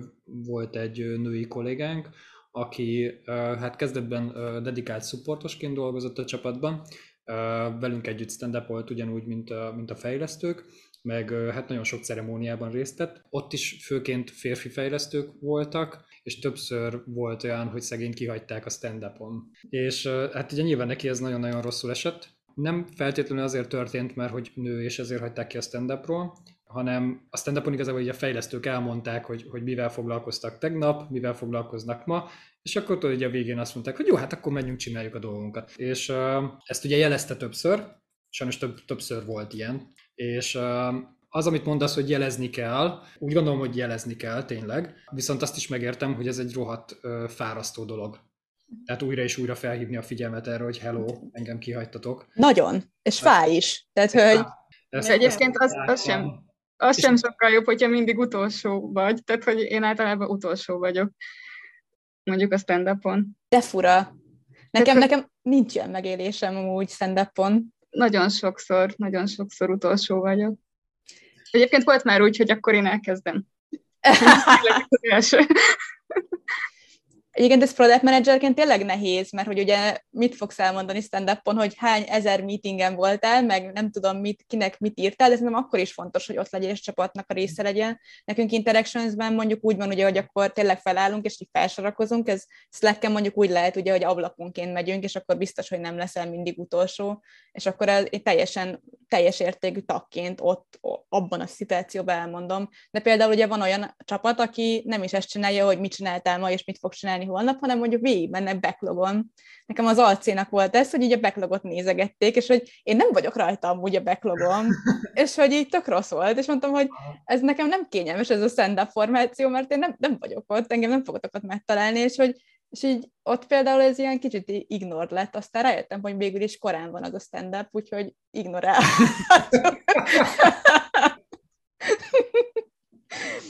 Volt egy női kollégánk, aki hát kezdetben dedikált supportosként dolgozott a csapatban, velünk együtt stand-upolt ugyanúgy, mint a, mint a fejlesztők, meg hát nagyon sok ceremóniában részt vett. Ott is főként férfi fejlesztők voltak, és többször volt olyan, hogy szegény kihagyták a stand-upon. És hát ugye nyilván neki ez nagyon-nagyon rosszul esett. Nem feltétlenül azért történt, mert hogy nő, és ezért hagyták ki a stand-upról, hanem a stand-upon igazából így a fejlesztők elmondták, hogy, hogy mivel foglalkoztak tegnap, mivel foglalkoznak ma, és akkor tudod, hogy a végén azt mondták, hogy jó, hát akkor menjünk, csináljuk a dolgunkat. És uh, ezt ugye jelezte többször, sajnos több, többször volt ilyen, és uh, az, amit mondasz, hogy jelezni kell, úgy gondolom, hogy jelezni kell tényleg, viszont azt is megértem, hogy ez egy rohadt uh, fárasztó dolog. Tehát újra és újra felhívni a figyelmet erre, hogy hello, engem kihagytatok. Nagyon, és fáj is. Tehát, hogy... Ezt, egyébként az, az sem, az sem sokkal jobb, hogyha mindig utolsó vagy. Tehát, hogy én általában utolsó vagyok. Mondjuk a stand-upon. De fura. Nekem, nekem nincs ilyen megélésem amúgy stand-upon. Nagyon sokszor, nagyon sokszor utolsó vagyok. Egyébként volt már úgy, hogy akkor én elkezdem. Az első. Egyébként ez product managerként tényleg nehéz, mert hogy ugye mit fogsz elmondani stand-upon, hogy hány ezer meetingen voltál, meg nem tudom, mit, kinek mit írtál, de szerintem akkor is fontos, hogy ott legyél és csapatnak a része legyen. Nekünk Interactions-ben mondjuk úgy van, ugye, hogy akkor tényleg felállunk, és így felsorakozunk, ez Slack-en mondjuk úgy lehet, ugye, hogy ablakonként megyünk, és akkor biztos, hogy nem leszel mindig utolsó, és akkor ez teljesen teljes értékű tagként ott, abban a szituációban elmondom. De például ugye van olyan csapat, aki nem is ezt csinálja, hogy mit csináltál ma, és mit fog csinálni holnap, hanem mondjuk végig mennek backlogon. Nekem az alcénak volt ez, hogy így a backlogot nézegették, és hogy én nem vagyok rajta amúgy a backlogon, és hogy így tök rossz volt, és mondtam, hogy ez nekem nem kényelmes ez a stand-up formáció, mert én nem, nem vagyok ott, engem nem fogotok ott megtalálni, és hogy és így ott például ez ilyen kicsit ignored lett, aztán rájöttem, hogy végül is korán van az a stand-up, úgyhogy ignorálhatok.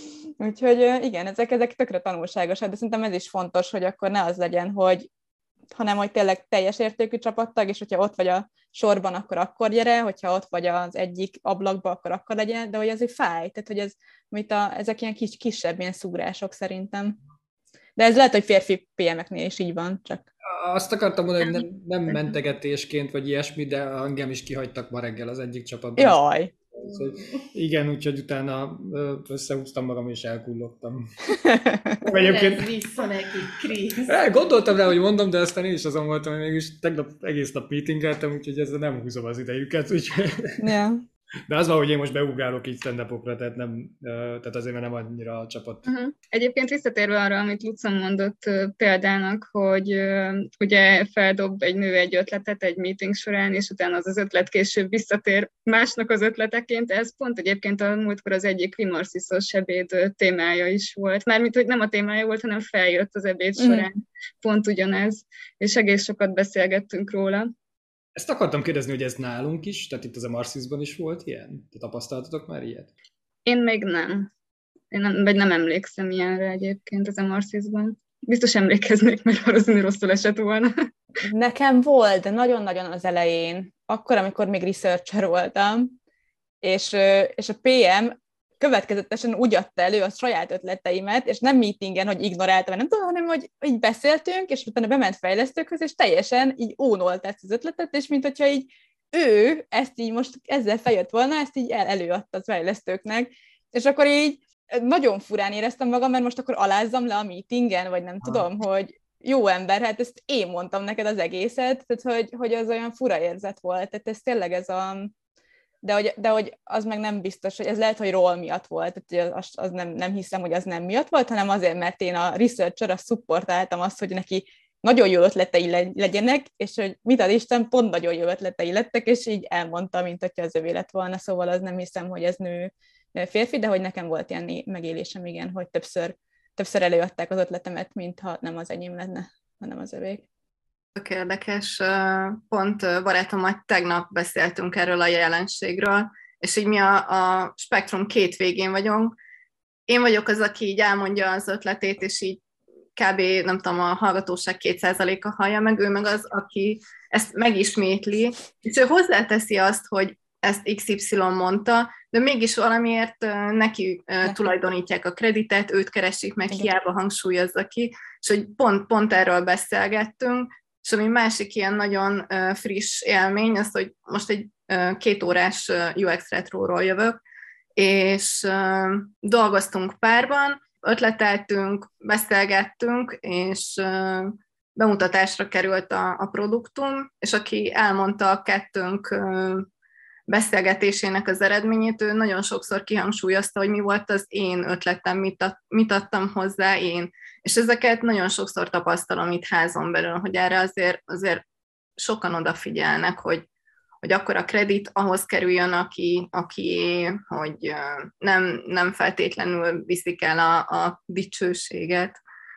Úgyhogy igen, ezek, ezek tökre tanulságosak, de szerintem ez is fontos, hogy akkor ne az legyen, hogy hanem hogy tényleg teljes értékű csapattag, és hogyha ott vagy a sorban, akkor akkor gyere, hogyha ott vagy az egyik ablakban, akkor akkor legyen, de hogy azért fáj, tehát hogy ez, amit a, ezek ilyen kis, kisebb ilyen szúrások szerintem. De ez lehet, hogy férfi pé em-eknél is így van, csak... Azt akartam mondani, hogy nem, nem mentegetésként, vagy ilyesmi, de engem is kihagytak ma reggel az egyik csapatban. Jaj! Szóval, igen, úgyhogy utána összehúztam magam, és elkullogtam. Egyébként... vissza neki, Krisz. Gondoltam rá, hogy mondom, de aztán én is azon voltam, hogy mégis tegnap egész nap meetingeltem, úgyhogy ezzel nem húzom az idejüket. Úgyhogy... Yeah. De az van, hogy én most beugrálok így stand-upokra, tehát, nem, tehát azért, mert nem annyira a csapat. Uh-huh. Egyébként visszatérve arra, amit Luca mondott uh, példának, hogy uh, ugye feldob egy nő egy ötletet egy meeting során, és utána az az ötlet később visszatér másnak az ötleteként, ez pont egyébként a múltkor az egyik Limorsiszos ebéd uh, témája is volt. Mármint, hogy nem a témája volt, hanem feljött az ebéd során. Uh-huh. Pont ugyanez, és egész sokat beszélgettünk róla. Ezt akartam kérdezni, hogy ez nálunk is, tehát itt az Emarszisban is volt ilyen? Te tapasztaltatok már ilyet? Én még nem. Én nem, vagy nem emlékszem ilyenre egyébként az Emarszisban. Biztos emlékeznék, mert valószínű rosszul esett volna. Nekem volt, de nagyon-nagyon az elején, akkor, amikor még researcher voltam, és, és a pé em következetesen úgy adta elő a saját ötleteimet, és nem meetingen, hogy ignoráltam, nem tudom, hanem hogy így beszéltünk, és utána bement fejlesztőkhöz, és teljesen így ónolt ezt az ötletet, és mint hogyha így ő ezt így most ezzel feljött volna, ezt így el, előadta az fejlesztőknek, és akkor így nagyon furán éreztem magam, mert most akkor alázzam le a meetingen, vagy nem ha. tudom, hogy jó ember, hát ezt én mondtam neked az egészet, tehát hogy, hogy az olyan fura érzet volt, tehát ez tényleg ez a... De hogy, de hogy az meg nem biztos, hogy ez lehet, hogy roll miatt volt, tehát az, az nem, nem hiszem, hogy az nem miatt volt, hanem azért, mert én a researcher, azt szupportáltam azt, hogy neki nagyon jó ötletei legyenek, és hogy mit ad Isten, pont nagyon jó ötletei lettek, és így elmondta, mint hogyha az övé lett volna, szóval az nem hiszem, hogy ez nő férfi, de hogy nekem volt ilyen megélésem, igen, hogy többször, többször előadták az ötletemet, mintha nem az enyém lenne, hanem az övék. Tök érdekes, pont barátommal tegnap beszéltünk erről a jelenségről, és így mi a, a spektrum két végén vagyunk. Én vagyok az, aki így elmondja az ötletét, és így kb. Nem tudom, a hallgatóság két százaléka hallja meg, ő meg az, aki ezt megismétli, és ő hozzáteszi azt, hogy ezt iksz ipszilon mondta, de mégis valamiért neki tulajdonítják a kreditet, őt keresik meg, hiába hangsúlyozza ki, és hogy pont, pont erről beszélgettünk. És ami másik ilyen nagyon uh, friss élmény, az, hogy most egy uh, két órás uh, u iksz retróról jövök, és uh, dolgoztunk párban, ötleteltünk, beszélgettünk, és uh, bemutatásra került a, a produktum, és aki elmondta a kettőnk uh, beszélgetésének az eredményét, ő nagyon sokszor kihangsúlyozta, hogy mi volt az én ötletem, mit, ad, mit adtam hozzá én. És ezeket nagyon sokszor tapasztalom itt házon belül, hogy erre azért, azért sokan odafigyelnek, hogy, hogy akkor a kredit ahhoz kerüljön, aki, aki hogy nem, nem feltétlenül viszik el a, a dicsőséget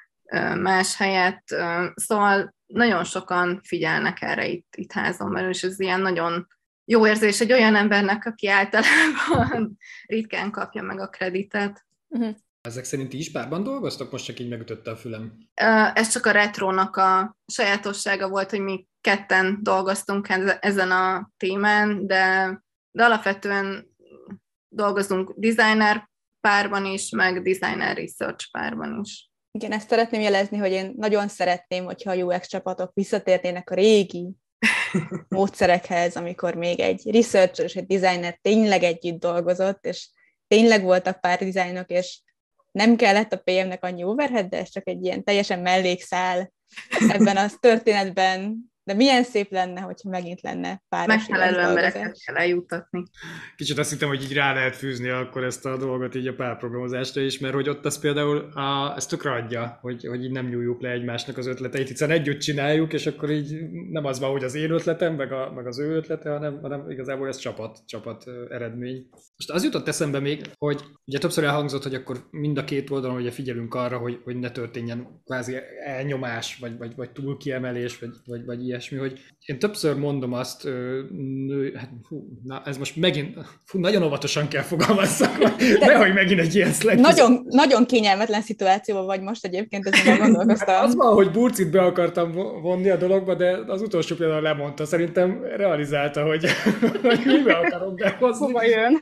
más helyett. Szóval nagyon sokan figyelnek erre itt, itt házon belül, és ez ilyen nagyon jó érzés egy olyan embernek, aki általában ritkán kapja meg a kreditet. Uh-huh. Ezek szerint is párban dolgoztak? Most csak így megütötte a fülem. Ez csak a retrónak a sajátossága volt, hogy mi ketten dolgoztunk ezen a témán, de, de alapvetően dolgozunk designer párban is, meg designer research párban is. Igen, ezt szeretném jelezni, hogy én nagyon szeretném, hogyha a u iksz csapatok visszatérnének a régi módszerekhez, amikor még egy researcher és egy designer tényleg együtt dolgozott, és tényleg voltak pár dizájnok, és nem kellett a pé em-nek annyi overhead, de ez csak egy ilyen teljesen mellékszál ebben a történetben. De milyen szép lenne, hogyha megint lenne páros megfelelő embereket kell eljutatni. Kicsit azt hittem, hogy így rá lehet fűzni akkor ezt a dolgot így a párprogramozásra is, mert hogy ott az például a, ezt tökre adja, hogy, hogy így nem nyúljuk le egymásnak az ötleteit, hiszen együtt csináljuk, és akkor így nem az van, hogy az én ötletem, meg, a, meg az ő ötlete, hanem, hanem igazából ez csapat, csapat eredmény. Most az jutott eszembe még, hogy ugye többször elhangzott, hogy akkor mind a két oldalon ugye figyelünk arra, hogy, hogy ne történjen kvázi elnyomás, vagy, vagy, vagy túlkiemelés, vagy, vagy, vagy ilyen ilyesmi, hogy én többször mondom azt, nő, hát, hú, na ez most megint, hú, nagyon óvatosan kell fogalmazzak, nehogy megint egy ilyen szlek. Nagyon, nagyon kényelmetlen szituációban vagy most egyébként, ezen gondolkoztam. Az van, hogy Burcit be akartam vonni a dologba, de az utolsó pillanatban lemondta. Szerintem realizálta, hogy, hogy mibe akarom behozni. Hova jön?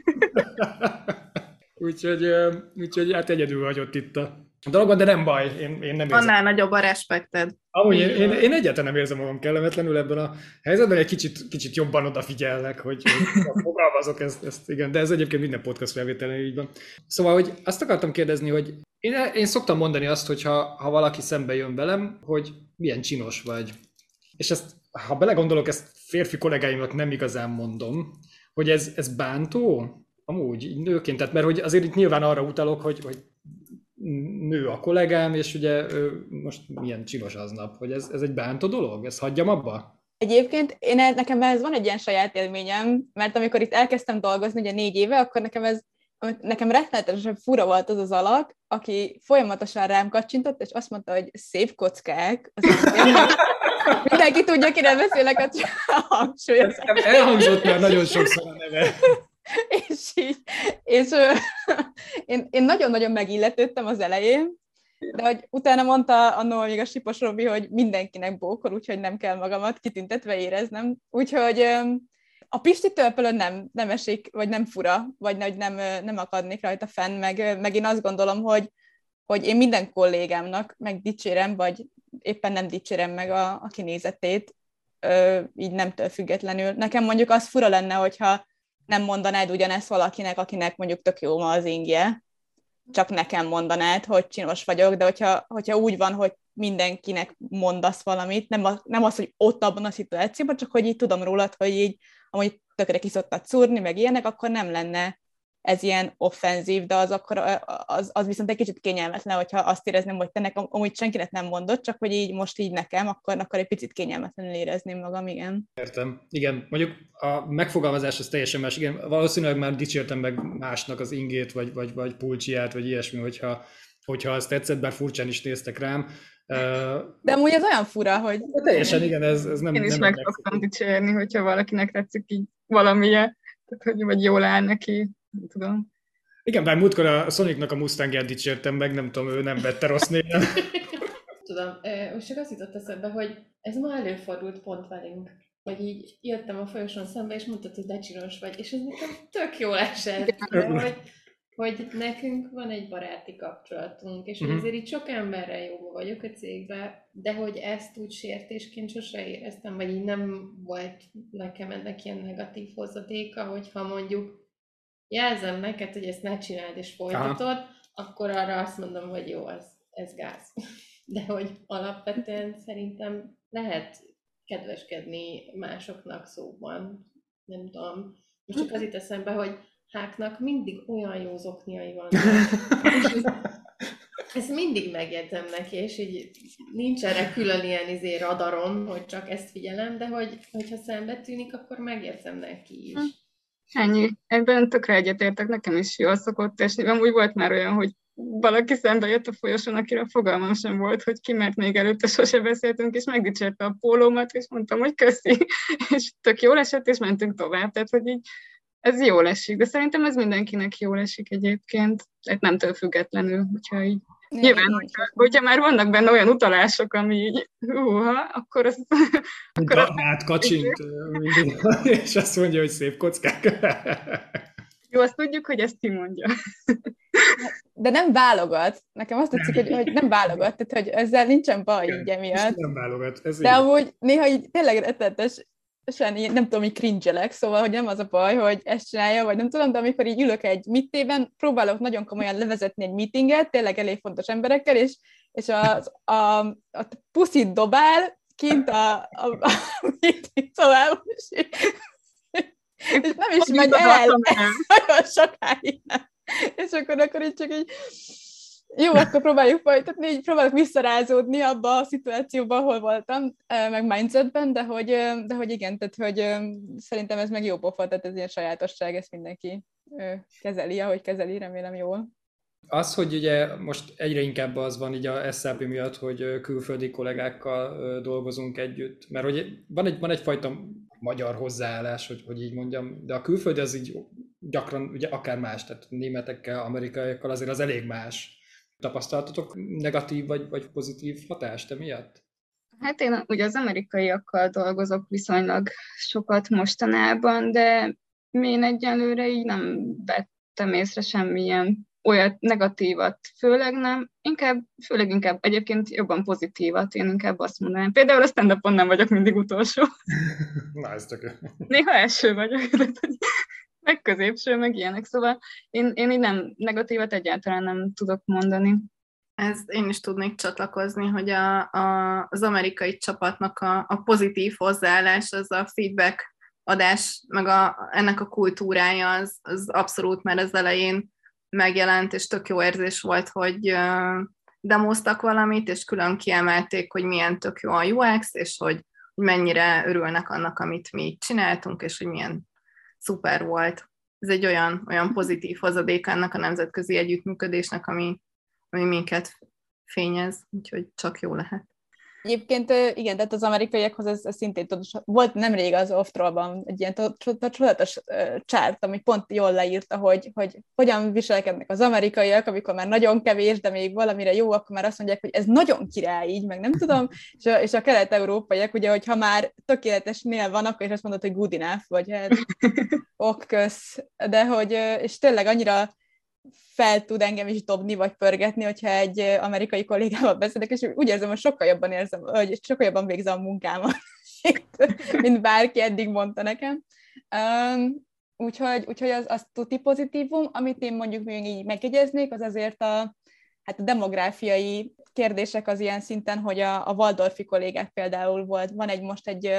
úgyhogy, úgyhogy hát egyedül hagyott itt a dologban, de nem baj, én, én nem érzem. Annál nagyobb a respekted. Amúgy én, én, én egyáltalán nem érzem magam kellemetlenül ebben a helyzetben, egy kicsit, kicsit jobban odafigyelnek, hogy, hogy fogalmazok ezt, ezt, igen, de ez egyébként minden podcast felvételen így van. Szóval, hogy azt akartam kérdezni, hogy én, én szoktam mondani azt, hogy ha, ha valaki szembe jön velem, hogy milyen csinos vagy. És ezt, ha belegondolok, ezt férfi kollégáimnak nem igazán mondom, hogy ez, ez bántó, amúgy nőként, tehát mert hogy azért itt nyilván arra utalok, hogy, hogy nő a kollégám, és ugye most milyen csinos aznap, hogy ez, ez egy bántó dolog? Ezt hagyjam abba? Egyébként én, nekem ez van egy ilyen saját élményem, mert amikor itt elkezdtem dolgozni, ugye négy éve, akkor nekem ez, nekem rettenetesen fura volt az az alak, aki folyamatosan rám kacsintott, és azt mondta, hogy szép kockák. Mindenki tudja, kire beszélek, a hangsúlyozom. Elhangzott már nagyon sokszor a neve. És így, és ö, én, én nagyon-nagyon megilletődtem az elején, de hogy utána mondta annól még a Sipos Robi, hogy mindenkinek bókol, úgyhogy nem kell magamat kitüntetve éreznem. Úgyhogy ö, a Pistitől például nem, nem esik, vagy nem fura, vagy hogy nem, nem akadnék rajta fenn, meg, meg én azt gondolom, hogy, hogy én minden kollégámnak meg dicsérem, vagy éppen nem dicsérem meg a, a kinézetét, ö, így nemtől függetlenül. Nekem mondjuk az fura lenne, hogyha nem mondanád ugyanezt valakinek, akinek mondjuk tök jó ma az ingje, csak nekem mondanád, hogy csinos vagyok, de hogyha, hogyha úgy van, hogy mindenkinek mondasz valamit, nem, a, nem az, hogy ott abban a szituációban, csak hogy így tudom rólad, hogy így amúgy tökre ki szoktad szúrni, meg ilyenek, akkor nem lenne ez ilyen offenzív, de az, akkor, az, az viszont egy kicsit kényelmetlen, hogyha azt érezném, hogy te nekem amúgy senkinek nem mondod, csak hogy így most így nekem, akkor, akkor egy picit kényelmetlenül érezném magam, igen. Értem. Igen, mondjuk a megfogalmazás az teljesen más. Igen, valószínűleg már dicsértem meg másnak az ingét, vagy, vagy, vagy pulcsiát, vagy ilyesmi, hogyha, hogyha azt tetszett, bár furcsán is néztek rám. De amúgy ez olyan fura, hogy... De teljesen igen, ez, ez nem... Én is nem meg szoktam dicsérni, hogyha valakinek tetszik így valamilyen, tehát hogy vagy jól áll neki. Nem tudom. Igen, bár múltkor a Sonicnak a Mustangját dicsértem meg, nem tudom, ő nem vette rossz néven. Tudom, most csak azt jutott eszembe, hogy ez ma előfordult pont velünk. Vagy így jöttem a folyosón szembe, és mondtad, hogy de csinos vagy, és ez nekem tök jól esett, hogy, hogy nekünk van egy baráti kapcsolatunk, és uh-huh. azért így sok emberrel jóba vagyok a cégben, de hogy ezt úgy sértésként sose éreztem, vagy így nem volt nekem ennek ilyen negatív hozadéka, hogyha mondjuk jelzem neked, hogy ezt ne csináld és folytatod, aha. akkor arra azt mondom, hogy jó, ez, ez gáz. De hogy alapvetően szerintem lehet kedveskedni másoknak szóban. Nem tudom. Most csak az itt eszembe, hogy Háknak mindig olyan jó zokniai vannak. Ezt mindig megjegyzem neki, és így nincs erre külön ilyen izé radarom, hogy csak ezt figyelem, de hogy, hogyha szembe tűnik, akkor megjegyzem neki is. Ennyi. Ebben tökre egyetértek, nekem is jól szokott, és amúgy volt már olyan, hogy valaki szembe jött a folyosón, akire fogalmam sem volt, hogy ki, mert még előtte sose beszéltünk, és megdicsérte a pólómat, és mondtam, hogy köszi, és tök jól esett, és mentünk tovább, tehát hogy így ez jól esik, de szerintem ez mindenkinek jól esik egyébként, tehát nemtől függetlenül, hogyha így nyilván, hogyha, hogyha már vannak benne olyan utalások, ami így, húha, akkor az... akkor az hát kacsint, mindig, és azt mondja, hogy szép kockák. Jó, azt tudjuk, hogy ezt ki mondja. De nem válogat. Nekem azt tetszik, hogy, hogy nem válogat, tehát hogy ezzel nincsen baj így emiatt. Nem válogat. Ez de így. Amúgy néha így tényleg rettenetes, nem tudom, így cringe-elek, szóval, hogy nem az a baj, hogy ezt csinálja, vagy nem tudom, de amikor így ülök egy mitében, próbálok nagyon komolyan levezetni egy meetinget, tényleg elég fontos emberekkel, és, és az, a, a puszit dobál kint a, a, a meeting, szóval, és, és nem is megy el, nagyon sokáig nem. És akkor, akkor így csak így, jó, akkor próbáljuk folytatni, így próbálok visszarázódni abba a szituációban, ahol voltam, meg mindsetben, de hogy, de hogy igen, tehát hogy szerintem ez meg jó pofa, tehát ez ilyen sajátosság, ezt mindenki kezeli, ahogy kezeli, remélem jól. Az, hogy ugye most egyre inkább az van így a es á pé miatt, hogy külföldi kollégákkal dolgozunk együtt, mert hogy van, egy, van egyfajta magyar hozzáállás, hogy, hogy így mondjam, de a külföldi az így gyakran ugye akár más, tehát németekkel, amerikaiakkal azért az elég más. Tapasztaltatok negatív vagy, vagy pozitív hatást emiatt? Hát én ugye az amerikaiakkal dolgozok viszonylag sokat mostanában, de én egyelőre így nem vettem észre semmilyen olyat negatívat, főleg nem, inkább, főleg inkább egyébként jobban pozitívat, én inkább azt mondanám. Például a stand-upon nem vagyok mindig utolsó. Na, ez tök jó. Néha első vagyok, meg középső, meg ilyenek, szóval én, én így nem, negatívat egyáltalán nem tudok mondani. Ezt én is tudnék csatlakozni, hogy a, a, az amerikai csapatnak a, a pozitív hozzáállás, az a feedback adás, meg a, ennek a kultúrája az, az abszolút már az elején megjelent, és tök jó érzés volt, hogy uh, demoztak valamit, és külön kiemelték, hogy milyen tök jó a u iksz, és hogy, hogy mennyire örülnek annak, amit mi csináltunk, és hogy milyen szuper volt. Ez egy olyan, olyan pozitív hozadék ennek a nemzetközi együttműködésnek, ami ami minket fényez, úgyhogy csak jó lehet. Egyébként igen, tehát az amerikaiakhoz ez, ez szintén tudod, volt nemrég az Off-Trollban egy ilyen csodálatos csárt, ami pont jól leírta, hogy, hogy hogyan viselkednek az amerikaiak, amikor már nagyon kevés, de még valamire jó, akkor már azt mondják, hogy ez nagyon király így, meg nem tudom, és a, és a kelet-európaiak, ugye, hogyha már tökéletesnél van, akkor is azt mondod, hogy good enough, vagy hát ok, kösz, de hogy, és tényleg annyira fel tud engem is dobni, vagy pörgetni, hogyha egy amerikai kollégával beszélek, és úgy érzem, hogy sokkal jobban érzem, hogy sokkal jobban végzem a munkámat, mint bárki eddig mondta nekem. Um, úgyhogy, úgyhogy az, az tuti pozitívum, amit én mondjuk még így megjegyeznék, az azért a, hát a demográfiai kérdések az ilyen szinten, hogy a, a Waldorfi kollégák például volt, van egy most egy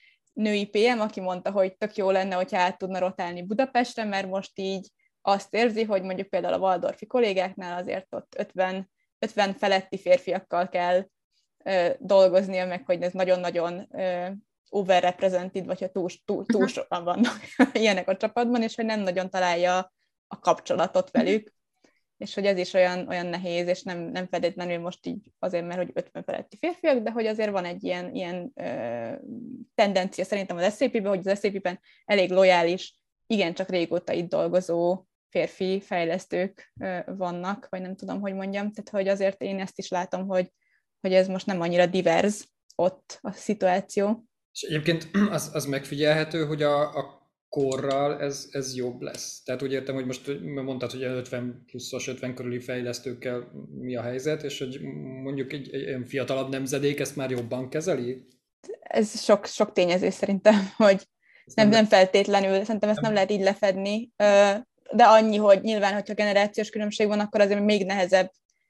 női pé em, aki mondta, hogy tök jó lenne, hogyha át tudna rotálni Budapestre, mert most így azt érzi, hogy mondjuk például a Waldorfi kollégáknál azért ott ötven, ötven feletti férfiakkal kell ö, dolgoznia, meg hogy ez nagyon-nagyon ö, overrepresented, vagy ha túl, túl, túl sokan vannak ilyenek a csapatban, és hogy nem nagyon találja a kapcsolatot velük, és hogy ez is olyan, olyan nehéz, és nem, nem feltétlenül most így azért, mert hogy ötven feletti férfiak, de hogy azért van egy ilyen, ilyen ö, tendencia szerintem az es á pé-ben, hogy az es á pé-ben elég lojális, igencsak régóta itt dolgozó férfi fejlesztők vannak, vagy nem tudom, hogy mondjam. Tehát, hogy azért én ezt is látom, hogy, hogy ez most nem annyira divers ott a szituáció. És egyébként az, az megfigyelhető, hogy a, a korral ez, ez jobb lesz. Tehát úgy értem, hogy most mondtad, hogy ötven pluszos, ötven körüli fejlesztőkkel mi a helyzet, és hogy mondjuk egy, egy fiatalabb nemzedék ezt már jobban kezeli? Ez sok, sok tényező szerintem, hogy nem, nem feltétlenül, szerintem ezt nem lehet így lefedni, de annyi, hogy nyilván, hogyha generációs különbség van, akkor azért még nehezebb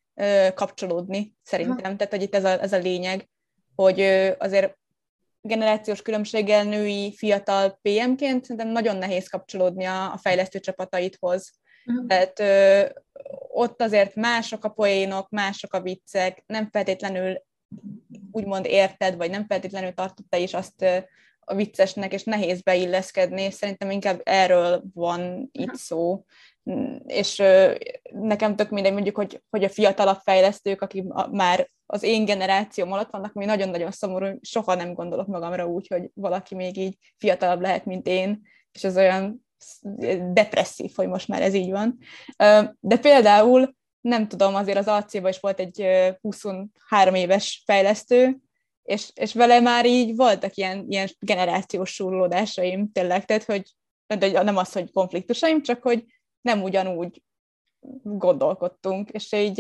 kapcsolódni, szerintem. Tehát, hogy itt ez a, ez a lényeg, hogy azért generációs különbséggel női fiatal pé em-ként szerintem nagyon nehéz kapcsolódni a, a fejlesztő csapataidhoz. Uh-huh. Tehát ö, ott azért mások a poénok, mások a viccek, nem feltétlenül úgymond érted, vagy nem feltétlenül tartod te is azt ö, a viccesnek, és nehéz beilleszkedni, szerintem inkább erről van itt szó. És ö, nekem tök mindegy, mondjuk, hogy, hogy a fiatalabb fejlesztők, akik már az én generációm alatt vannak, ami nagyon-nagyon szomorú, soha nem gondolok magamra úgy, hogy valaki még így fiatalabb lehet, mint én, és ez olyan depresszív, hogy most már ez így van. De például, nem tudom, azért az á cé-ban is volt egy huszonhárom éves fejlesztő, és, és vele már így voltak ilyen, ilyen generációs súrlódásaim tényleg, tehát hogy nem az, hogy konfliktusaim, csak hogy nem ugyanúgy gondolkodtunk, és így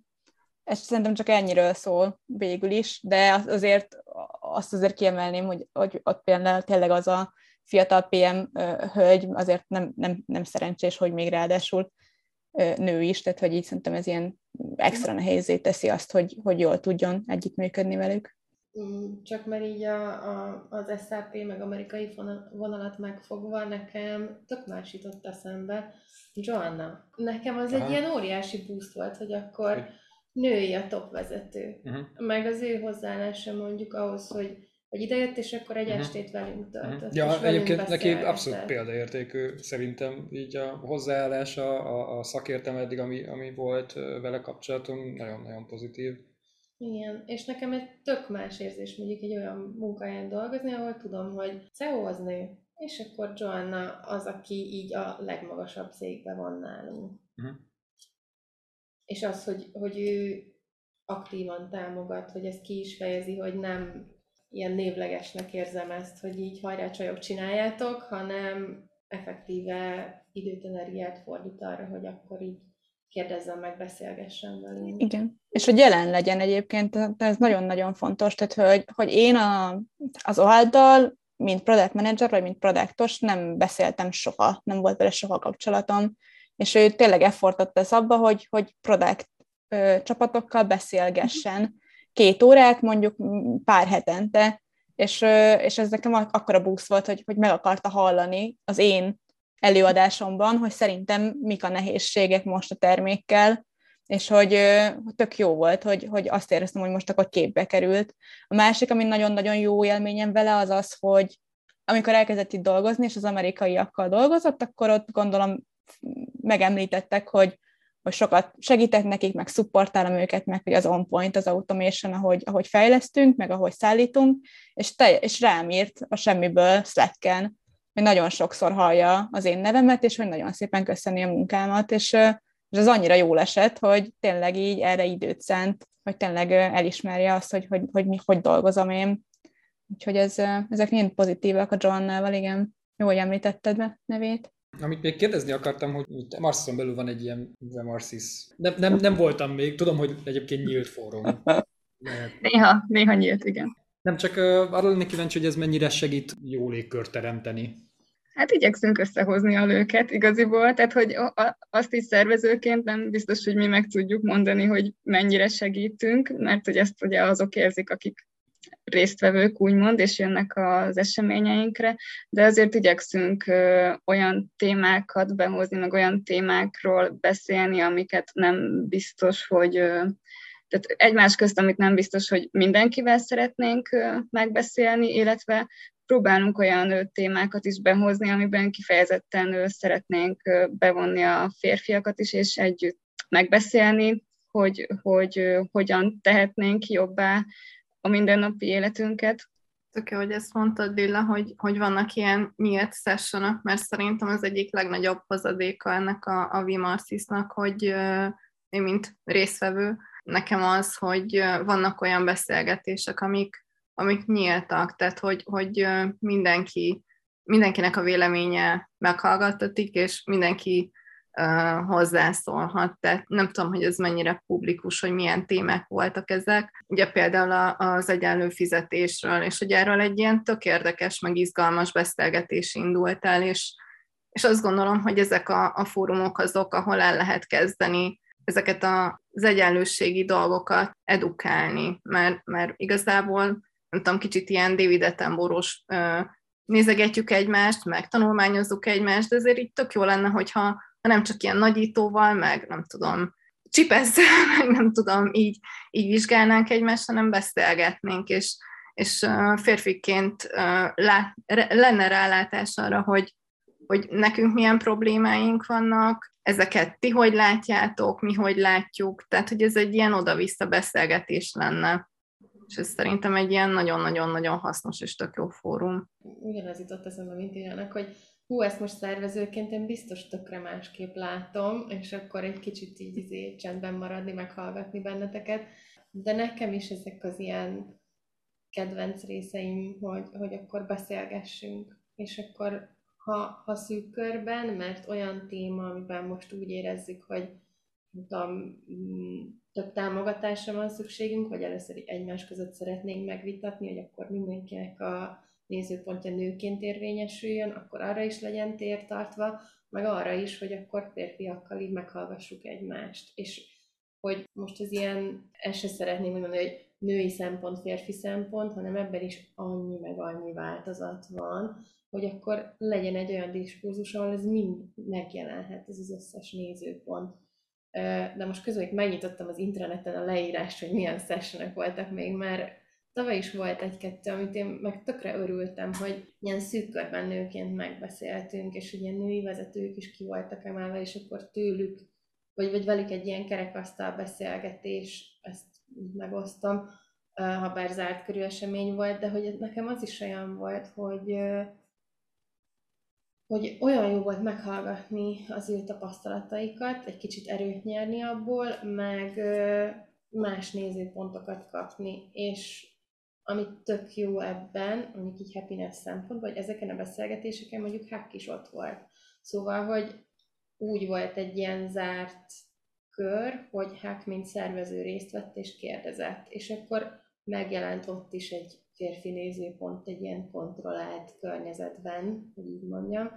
ez szerintem csak ennyiről szól végül is, de azért azt azért kiemelném, hogy, hogy ott például tényleg az a fiatal pé em hölgy azért nem, nem, nem szerencsés, hogy még ráadásul nő is, tehát hogy így szerintem ez ilyen extra nehézzé teszi azt, hogy, hogy jól tudjon együttműködni velük. Csak mert így a, a, az es á pé meg amerikai vonalat megfogva, nekem tök más jutott eszembe. Joanna. Nekem az Aha. egy ilyen óriási boost volt, hogy akkor női a top vezető. Uh-huh. Meg az ő hozzáállása mondjuk ahhoz, hogy, hogy idejött, és akkor egy uh-huh. estét velünk töltött. Uh-huh. Ja, egyébként neki abszolút példaértékű szerintem így a hozzáállása, a, a szakértelme eddig, ami, ami volt vele kapcsolatom, nagyon-nagyon pozitív. Igen, és nekem egy tök más érzés mondjuk egy olyan munkahelyen dolgozni, ahol tudom, hogy cé e o az nő, és akkor Joanna az, aki így a legmagasabb székbe van nálunk. Uh-huh. És az, hogy, hogy ő aktívan támogat, hogy ezt ki is fejezi, hogy nem ilyen névlegesnek érzem ezt, hogy így hajrá csajok csináljátok, hanem effektíve időt, energiát fordít arra, hogy akkor így kérdezzem meg, beszélgessen velünk. Igen. És hogy jelen legyen egyébként, ez nagyon-nagyon fontos, tehát hogy, hogy én a, az oldal, mint product manager, vagy mint produktos nem beszéltem soha, nem volt vele soha kapcsolatom, és ő tényleg effortot tesz abba, hogy, hogy product ö, csapatokkal beszélgessen két órát, mondjuk pár hetente, és, ö, és ez nekem akkora boost volt, hogy, hogy meg akarta hallani az én előadásomban, hogy szerintem mik a nehézségek most a termékkel, és hogy ö, tök jó volt, hogy, hogy azt éreztem, hogy most akkor képbe került. A másik, ami nagyon-nagyon jó élményem vele, az az, hogy amikor elkezdett itt dolgozni, és az amerikaiakkal dolgozott, akkor ott gondolom megemlítettek, hogy, hogy sokat segítek nekik, meg szupportálom őket, meg hogy az on point, az automation, ahogy, ahogy fejlesztünk, meg ahogy szállítunk, és, te, és rám írt a semmiből Slacken, hogy nagyon sokszor hallja az én nevemet, és hogy nagyon szépen köszöni a munkámat, és, és az annyira jól esett, hogy tényleg így erre időt szánt, hogy tényleg elismerje azt, hogy hogy, hogy, hogy, hogy dolgozom én. Úgyhogy ez, ezek mind pozitívak a Joannával, igen. Jó, hogy említetted be nevét. Amit még kérdezni akartam, hogy Marszon belül van egy ilyen Marszis. Nem, nem, nem voltam még, tudom, hogy egyébként nyílt fórum. Néha, néha nyílt, igen. Nem csak uh, arra lennék kíváncsi, hogy ez mennyire segít jó légkört teremteni. Hát igyekszünk összehozni a lőket igaziból, tehát hogy azt is szervezőként nem biztos, hogy mi meg tudjuk mondani, hogy mennyire segítünk, mert hogy ezt ugye azok érzik, akik résztvevők úgymond, és jönnek az eseményeinkre, de azért igyekszünk ö, olyan témákat behozni, meg olyan témákról beszélni, amiket nem biztos, hogy ö, tehát egymás közt, amit nem biztos, hogy mindenkivel szeretnénk ö, megbeszélni, illetve próbálunk olyan ö, témákat is behozni, amiben kifejezetten ö, szeretnénk ö, bevonni a férfiakat is, és együtt megbeszélni, hogy, hogy ö, hogyan tehetnénk jobbá a mindennapi életünket. Tök jó, hogy ezt mondtad, Lilla, hogy, hogy vannak ilyen nyílt sessionok, mert szerintem az egyik legnagyobb hozadéka ennek a, a V-Marszisnak, hogy uh, én, mint résztvevő, nekem az, hogy uh, vannak olyan beszélgetések, amik, amik nyíltak, tehát hogy, hogy uh, mindenki, mindenkinek a véleménye meghallgattatik, és mindenki Uh, hozzászólhat. Tehát nem tudom, hogy ez mennyire publikus, hogy milyen témák voltak ezek. Ugye például a, az egyenlő fizetésről, és ugye erről egy ilyen tök érdekes, meg izgalmas beszélgetés indult el, és, és azt gondolom, hogy ezek a, a fórumok azok, ahol el lehet kezdeni ezeket a, az egyenlőségi dolgokat edukálni, mert, mert igazából, nem tudom, kicsit ilyen David Attenborough-os uh, nézegetjük egymást, meg tanulmányozzuk egymást, de azért így tök jó lenne, hogyha nem csak ilyen nagyítóval, meg nem tudom, csipezzel, meg nem tudom, így, így vizsgálnánk egymást, hanem beszélgetnénk, és, és férfiként lát, lenne rálátás arra, hogy, hogy nekünk milyen problémáink vannak, ezeket ti hogy látjátok, mi hogy látjuk, tehát hogy ez egy ilyen oda-vissza beszélgetés lenne. És ez szerintem egy ilyen nagyon-nagyon-nagyon hasznos és tök jó fórum. Ugyanaz jutott eszembe, mint Irának, hogy hú, ezt most szervezőként én biztos tökre másképp látom, és akkor egy kicsit így izé, csendben maradni, meghallgatni benneteket. De nekem is ezek az ilyen kedvenc részeim, hogy, hogy akkor beszélgessünk. És akkor, ha, ha szűk körben, mert olyan téma, amiben most úgy érezzük, hogy nem tudom, több támogatásra van szükségünk, vagy először egymás között szeretnénk megvitatni, hogy akkor mindenkinek a nézőpontja nőként érvényesüljön, akkor arra is legyen tér tartva, meg arra is, hogy akkor férfiakkal így meghallgassuk egymást. És hogy most az ilyen, ezt se szeretném mondani, hogy női szempont, férfi szempont, hanem ebben is annyi meg annyi változat van, hogy akkor legyen egy olyan diskurzus, ahol ez mind megjelenhet, ez az összes nézőpont. De most közben megnyitottam az interneten a leírást, hogy milyen sessionek voltak még, mert tavaly is volt egy-kettő, amit én meg tökre örültem, hogy ilyen szűk körben nőként megbeszéltünk, és hogy ilyen női vezetők is ki voltak emelve, és akkor tőlük, vagy, vagy velük egy ilyen kerekasztal beszélgetés, ezt így megosztom, ha bár zárt körű esemény volt, de hogy nekem az is olyan volt, hogy, hogy olyan jó volt meghallgatni az ő tapasztalataikat, egy kicsit erőt nyerni abból, meg más nézőpontokat kapni, és ami tök jó ebben, mondjuk így happiness szempontból, hogy ezeken a beszélgetéseken mondjuk Hák is ott volt. Szóval, hogy úgy volt egy ilyen zárt kör, hogy Hák mint szervező részt vett és kérdezett, és akkor megjelent ott is egy férfi nézőpont egy ilyen kontrollált környezetben, hogy így mondjam,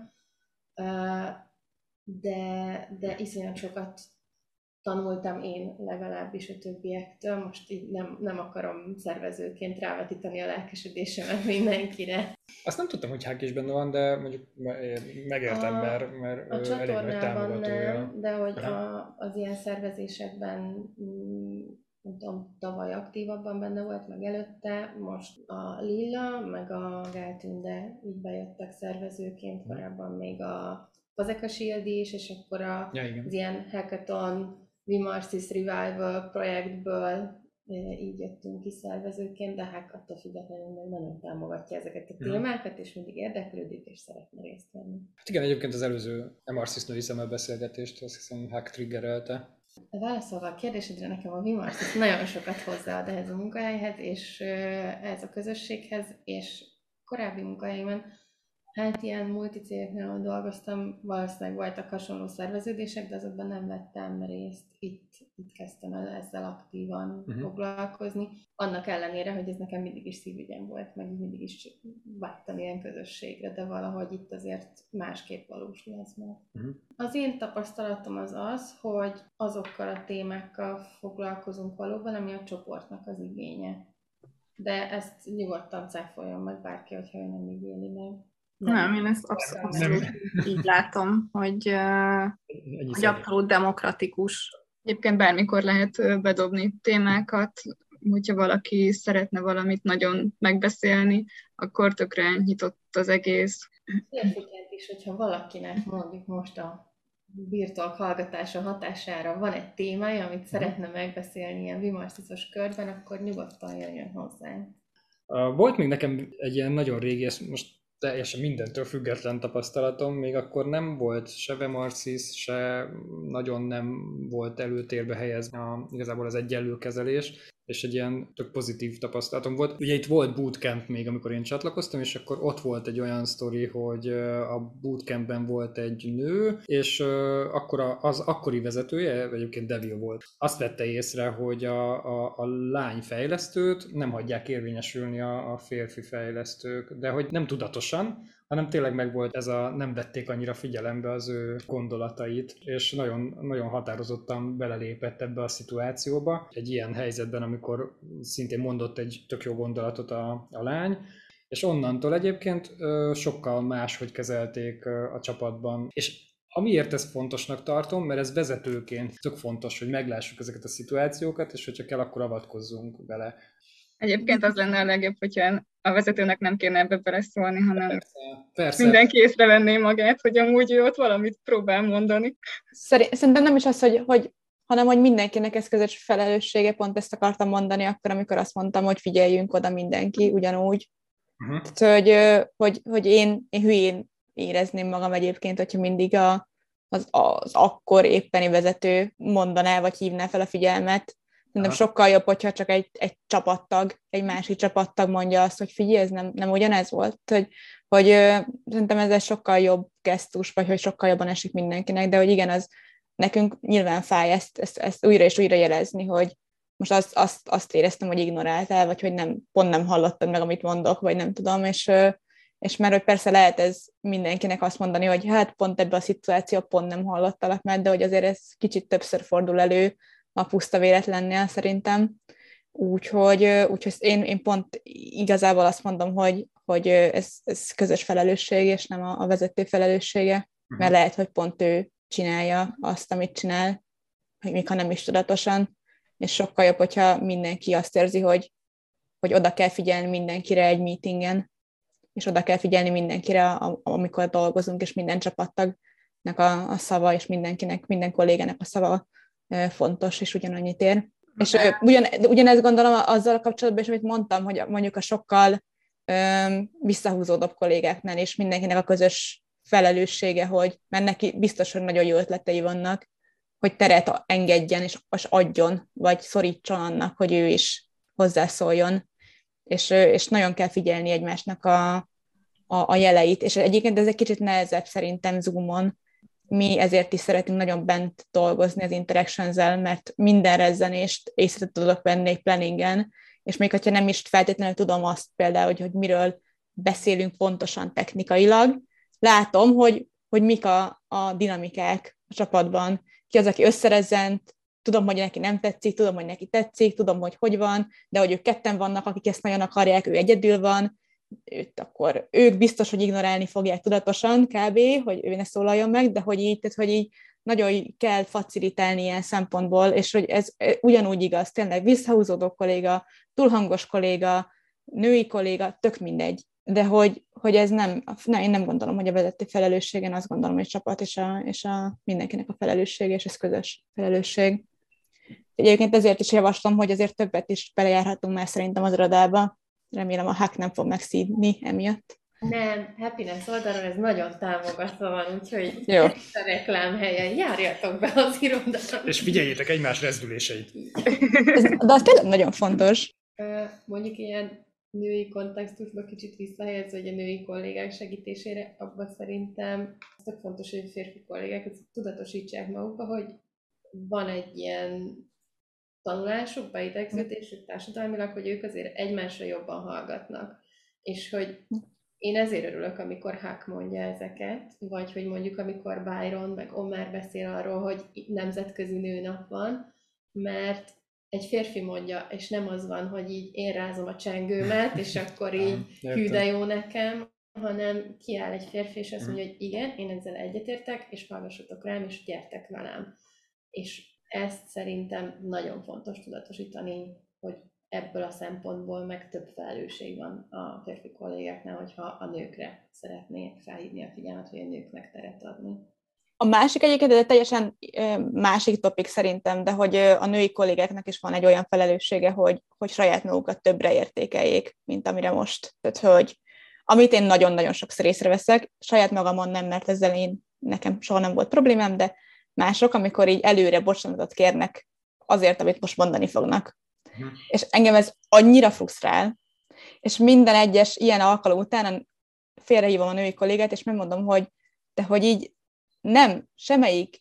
de, de iszonyat sokat tanultam én legalábbis a többiektől, most így nem, nem akarom szervezőként rávetítani a lelkesedésemet mindenkire. Azt nem tudtam, hogy Hák is benne van, de mondjuk megértem, a, mert, mert a elég nagy támogatója. Nem, de hogy a, az ilyen szervezésekben nem tudom, tavaly aktívabban benne volt, meg előtte, most a Lilla, meg a Gál Tünde így bejöttek szervezőként, korábban még a Fazeka Sildi is, és akkor a, ja, az ilyen hackathon, Vimarsis Revival projektből így jöttünk ki szervezőként, de hát attól függetlenül még nagyon támogatja ezeket a témákat, és mindig érdeklődik, és szeretne részt venni. Hát igen, egyébként az előző Emarsis női szemmel beszélgetést, azt hiszem Hák triggerelte. Válaszolva a kérdésedre, nekem a Vimarsis nagyon sokat hozzáad ehhez a munkahelyhez, és ehhez a közösséghez, és korábbi munkahelyemben, hát ilyen multicégeknél dolgoztam, valószínűleg voltak hasonló szerveződések, de azokban nem vettem részt. Itt, itt kezdtem el ezzel aktívan uh-huh. foglalkozni. Annak ellenére, hogy ez nekem mindig is szívügyem volt, meg mindig is vágytam ilyen közösségre, de valahogy itt azért másképp valósul ez meg. Uh-huh. Az én tapasztalatom az az, hogy azokkal a témákkal foglalkozunk valóban, ami a csoportnak az igénye. De ezt nyugodtan cáfoljon meg bárki, hogyha ő nem igényli meg. Nem, nem én ezt abszolút nem. így látom, hogy, uh, hogy abszolút demokratikus. Egyébként bármikor lehet bedobni témákat, hogyha valaki szeretne valamit nagyon megbeszélni, akkor tökre nyitott az egész. Férfiként is, hogyha valakinek mondjuk most a birtok hallgatása hatására van egy témája, amit szeretne megbeszélni ilyen vimarszicos körben, akkor nyugodtan jöjjön hozzánk. Volt még nekem egy ilyen nagyon régi, most teljesen mindentől független tapasztalatom, még akkor nem volt se Vimarsis, se nagyon nem volt előtérbe helyezve a, igazából az egyenlő kezelés, és egy ilyen tök pozitív tapasztalatom volt. Ugye itt volt bootcamp még, amikor én csatlakoztam, és akkor ott volt egy olyan sztori, hogy a bootcampben volt egy nő, és akkor az akkori vezetője, egyébként Devil volt, azt vette észre, hogy a, a, a lány fejlesztőt nem hagyják érvényesülni a, a férfi fejlesztők, de hogy nem tudatosan, hanem tényleg megvolt ez a, nem vették annyira figyelembe az ő gondolatait, és nagyon, nagyon határozottan belelépett ebbe a szituációba. Egy ilyen helyzetben, amikor szintén mondott egy tök jó gondolatot a, a lány, és onnantól egyébként ö, sokkal máshogy kezelték ö, a csapatban. És amiért ezt fontosnak tartom, mert ez vezetőként tök fontos, hogy meglássuk ezeket a szituációkat, és hogyha kell, akkor avatkozzunk bele. Egyébként az lenne a legjobb, hogyha a vezetőnek nem kéne ebbe beleszólni, hanem persze, persze. mindenki észrevenné magát, hogy amúgy ő ott valamit próbál mondani. Szerintem nem is az, hogy, hogy, hanem hogy mindenkinek ez közös felelőssége, pont ezt akartam mondani akkor, amikor azt mondtam, hogy figyeljünk oda mindenki ugyanúgy. Uh-huh. Tehát, hogy, hogy, hogy én, én hülyén érezném magam egyébként, hogyha mindig a, az, az akkor éppeni vezető mondaná, vagy hívná fel a figyelmet. Szerintem sokkal jobb, hogyha csak egy, egy csapattag, egy másik csapattag mondja azt, hogy figyelj, ez nem, nem ugyanez volt. Hogy, hogy szerintem ez egy sokkal jobb gesztus, vagy hogy sokkal jobban esik mindenkinek, de hogy igen, az nekünk nyilván fáj ezt, ezt, ezt újra és újra jelezni, hogy most azt, azt, azt éreztem, hogy ignoráltál, vagy hogy nem, pont nem hallottad meg, amit mondok, vagy nem tudom, és, és mert hogy persze lehet ez mindenkinek azt mondani, hogy hát pont ebben a szituáció pont nem hallottalak meg, de hogy azért ez kicsit többször fordul elő, a puszta véletlennél szerintem. Úgyhogy, úgyhogy én, én pont igazából azt mondom, hogy, hogy ez, ez közös felelősség, és nem a, a vezető felelőssége, uh-huh. mert lehet, hogy pont ő csinálja azt, amit csinál, még ha nem is tudatosan, és sokkal jobb, hogyha mindenki azt érzi, hogy hogy oda kell figyelni mindenkire egy meetingen, és oda kell figyelni mindenkire, amikor dolgozunk, és minden csapattagnak a, a szava, és mindenkinek, minden kollégának a szava fontos, és ugyanannyit ér. És ugyan, ugyanezt gondolom azzal kapcsolatban is, amit mondtam, hogy mondjuk a sokkal öm, visszahúzódóbb kollégáknál, és mindenkinek a közös felelőssége, hogy mert neki biztos, hogy nagyon jó ötletei vannak, hogy teret engedjen, és, és adjon, vagy szorítson annak, hogy ő is hozzászóljon. És, és nagyon kell figyelni egymásnak a, a, a jeleit. És egyébként ez egy kicsit nehezebb szerintem Zoomon. Mi ezért is szeretünk nagyon bent dolgozni az Interactions-el, mert minden rezzenést észre tudok venni egy planningen, és még hogyha nem is feltétlenül tudom azt például, hogy, hogy miről beszélünk pontosan technikailag, látom, hogy, hogy mik a, a dinamikák a csapatban, ki az, aki összerezzent, tudom, hogy neki nem tetszik, tudom, hogy neki tetszik, tudom, hogy hogy van, de hogy ők ketten vannak, akik ezt nagyon akarják, ő egyedül van, őt akkor ők biztos, hogy ignorálni fogják tudatosan kb., hogy ő ne szólaljon meg, de hogy így, tehát, hogy így nagyon kell facilitálni ilyen szempontból, és hogy ez ugyanúgy igaz, tényleg visszahúzódó kolléga, túlhangos kolléga, női kolléga, tök mindegy. De hogy, hogy ez nem, ne, én nem gondolom, hogy a vezető felelősségen, azt gondolom, hogy a csapat és, a, és a mindenkinek a felelőssége, és ez közös felelősség. Egyébként ezért is javaslom, hogy azért többet is belejárhatunk már szerintem az irodába. Remélem a hack nem fog megszídni emiatt. Nem, Happiness oldalon ez nagyon támogatva van, úgyhogy jó. A reklám helyen járjatok be az irodába. És figyeljétek egymás rezdüléseit. Ez, de az tényleg nagyon fontos. Mondjuk ilyen női kontextusba kicsit visszahelyezve, hogy a női kollégák segítésére, abban szerintem az tök fontos, hogy a férfi kollégák tudatosítsák magukba, hogy van egy ilyen tanulásuk, beidegződésük társadalmilag, hogy ők azért egymásra jobban hallgatnak. És hogy én ezért örülök, amikor Huck mondja ezeket, vagy hogy mondjuk amikor Byron meg Omer beszél arról, hogy nemzetközi nőnap van, mert egy férfi mondja, és nem az van, hogy így én rázom a csengőmet, és akkor így hű de jó nekem, hanem kiáll egy férfi, és azt mondja, hogy igen, én ezzel egyetértek, és hallgassatok rám, és gyertek velem. És ezt szerintem nagyon fontos tudatosítani, hogy ebből a szempontból meg több felelősség van a férfi kollégáknál, hogyha a nőkre szeretnék felhívni a figyelmet, hogy a nőknek teret adni. A másik egyébként, de teljesen másik topik szerintem, de hogy a női kollégáknak is van egy olyan felelőssége, hogy, hogy saját magukat többre értékeljék, mint amire most. Tehát, hogy amit én nagyon-nagyon sokszor észreveszek, saját magamon nem, mert ezzel én, nekem soha nem volt problémám, de mások, amikor így előre bocsánatot kérnek azért, amit most mondani fognak. Hm. És engem ez annyira frusztrál, és minden egyes ilyen alkalom után félrehívom a női kollégát, és megmondom, hogy de hogy így nem, semmelyik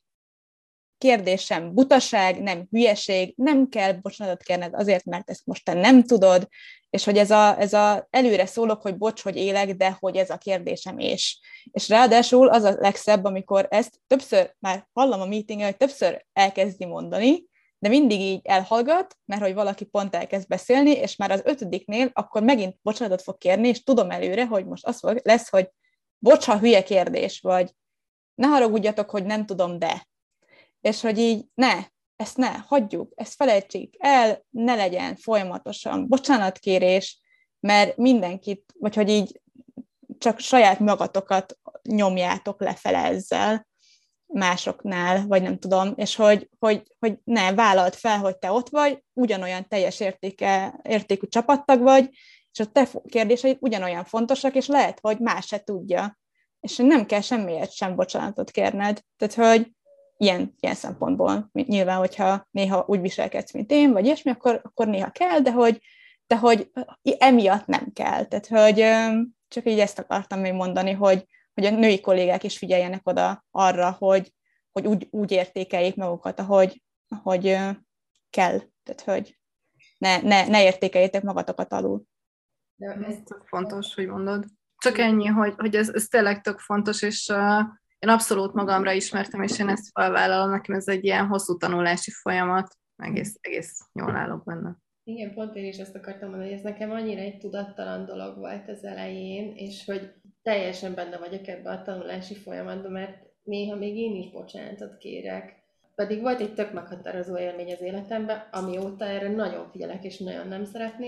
kérdésem butaság, nem hülyeség, nem kell bocsánatot kérned azért, mert ezt most te nem tudod, és hogy ez a, ez a előre szólok, hogy bocs, hogy élek, de hogy ez a kérdésem és. És ráadásul az a legszebb, amikor ezt többször, már hallom a meetingen, hogy többször elkezdi mondani, de mindig így elhallgat, mert hogy valaki pont elkezd beszélni, és már az ötödiknél akkor megint bocsánatot fog kérni, és tudom előre, hogy most az fog, lesz, hogy bocs, ha hülye kérdés, vagy ne haragudjatok, hogy nem tudom, de. És hogy így ne, ezt ne, hagyjuk, ezt felejtsék el, ne legyen folyamatosan bocsánatkérés, mert mindenkit, vagy hogy így csak saját magatokat nyomjátok lefele ezzel másoknál, vagy nem tudom, és hogy, hogy, hogy ne, vállald fel, hogy te ott vagy, ugyanolyan teljes értéke, értékű csapattag vagy, és a te kérdéseid ugyanolyan fontosak, és lehet, hogy más se tudja. És nem kell semmiért sem bocsánatot kérned. Tehát, hogy ilyen, ilyen szempontból nyilván, hogyha néha úgy viselkedsz, mint én, vagy ilyesmi, akkor, akkor néha kell, de hogy, de hogy emiatt nem kell. Tehát, hogy csak így ezt akartam még mondani, hogy, hogy a női kollégák is figyeljenek oda arra, hogy, hogy úgy, úgy értékeljék magukat, ahogy, ahogy kell. Tehát, hogy ne, ne, ne értékeljétek magatokat alul. De ez tök fontos, hogy mondod. Csak ennyi, hogy, hogy ez, ez tényleg tök fontos, és uh, én abszolút magamra ismertem, és én ezt felvállalom, nekem ez egy ilyen hosszú tanulási folyamat, egész, egész jól állok benne. Igen, pont én is ezt akartam mondani, hogy ez nekem annyira egy tudattalan dolog volt az elején, és hogy teljesen benne vagyok ebben a tanulási folyamatban, mert néha még én is bocsánatot kérek. Pedig volt egy tök meghatározó élmény az életemben, amióta erre nagyon figyelek, és nagyon nem szeretném,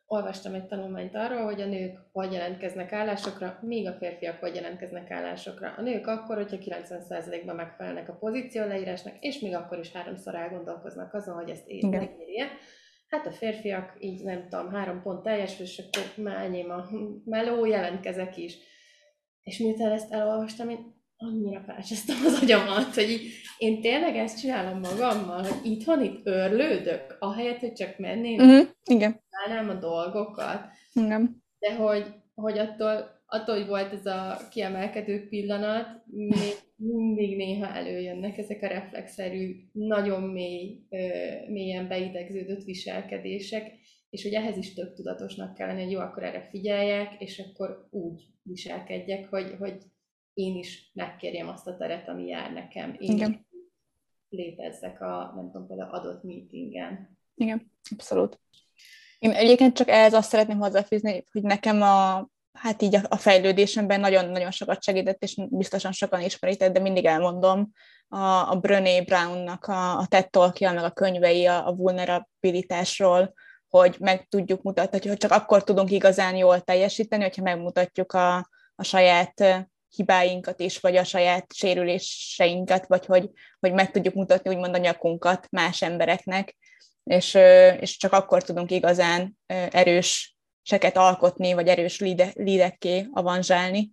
olvastam egy tanulmányt arról, hogy a nők hogy jelentkeznek állásokra, míg a férfiak hogy jelentkeznek állásokra. A nők akkor, hogyha kilencven százalékban megfelelnek a pozíció leírásnak, és még akkor is háromszor elgondolkoznak azon, hogy ezt ér, megérje. Hát a férfiak így nem tudom, három pont teljes, és akkor már enyém a meló, jelentkezek is. És miután ezt elolvastam, én annyira felcsesztem az agyamat, hogy így, én tényleg ezt csinálom magammal, hogy itthon itt őrlődök, ahelyett, hogy csak menném, uh-huh. Igen. csinálnám a dolgokat. Igen. De hogy, hogy attól, attól, hogy volt ez a kiemelkedő pillanat, még mindig néha előjönnek ezek a reflexzerű, nagyon mély, mélyen beidegződött viselkedések, és hogy ehhez is tök tudatosnak kell lenni, hogy jó, akkor erre figyeljek, és akkor úgy viselkedjek, hogy, hogy én is megkérjem azt a teret, ami jár nekem. Én Igen. is létezzek a, nem tudom, például adott meetingen. Igen, abszolút. Én egyébként csak ehhez azt szeretném hozzáfűzni, hogy nekem a, hát így a fejlődésemben nagyon-nagyon sokat segített, és biztosan sokan ismeritek, de mindig elmondom, a, a Brené Brownnak a, a TED Talkja, meg a könyvei a, a vulnerabilitásról, hogy meg tudjuk mutatni, hogy csak akkor tudunk igazán jól teljesíteni, hogyha megmutatjuk a, a saját hibáinkat is, vagy a saját sérüléseinket, vagy hogy, hogy meg tudjuk mutatni úgymond a nyakunkat más embereknek, és, és csak akkor tudunk igazán erőseket alkotni, vagy erős lídekké avanzsálni.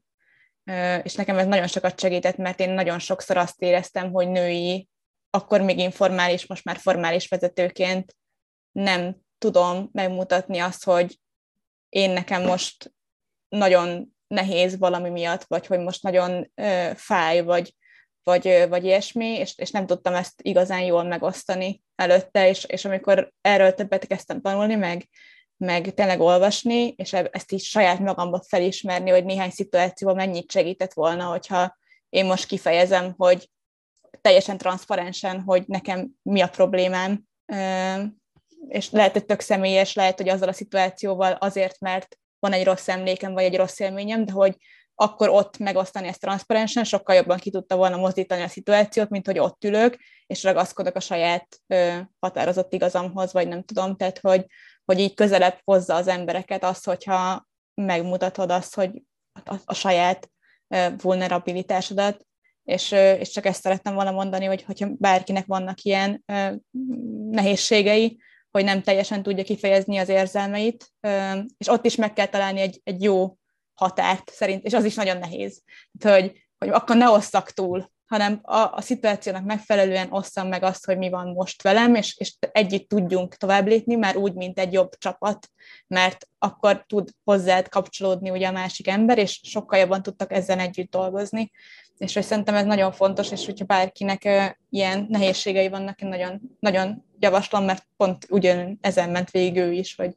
És nekem ez nagyon sokat segített, mert én nagyon sokszor azt éreztem, hogy női, akkor még informális, most már formális vezetőként nem tudom megmutatni azt, hogy én nekem most nagyon nehéz valami miatt, vagy hogy most nagyon uh, fáj, vagy, vagy, uh, vagy ilyesmi, és, és nem tudtam ezt igazán jól megosztani előtte, és, és amikor erről többet kezdtem tanulni, meg, meg tényleg olvasni, és ezt is saját magamba felismerni, hogy néhány szituációban mennyit segített volna, hogyha én most kifejezem, hogy teljesen transzparensen, hogy nekem mi a problémám, uh, és lehet, hogy tök személyes, lehet, hogy azzal a szituációval azért, mert van egy rossz emlékem, vagy egy rossz élményem, de hogy akkor ott megosztani ezt transzparensen, sokkal jobban ki tudta volna mozdítani a szituációt, mint hogy ott ülök, és ragaszkodok a saját ö, határozott igazamhoz, vagy nem tudom, tehát hogy, hogy így közelebb hozza az embereket az, hogyha megmutatod azt, hogy a, a saját ö, vulnerabilitásodat, és, ö, és csak ezt szerettem volna mondani, hogy hogyha bárkinek vannak ilyen ö, nehézségei, hogy nem teljesen tudja kifejezni az érzelmeit, és ott is meg kell találni egy, egy jó határt szerint, és az is nagyon nehéz. Hogy, hogy akkor ne osszak túl, hanem a, a szituációnak megfelelően osszam meg azt, hogy mi van most velem, és, és együtt tudjunk tovább lépni, már úgy, mint egy jobb csapat, mert akkor tud hozzád kapcsolódni ugye a másik ember, és sokkal jobban tudtak ezzel együtt dolgozni. És hogy szerintem ez nagyon fontos, és hogyha bárkinek uh, ilyen nehézségei vannak, én nagyon, nagyon javaslom, mert pont ugyan ezen ment végig ő is, hogy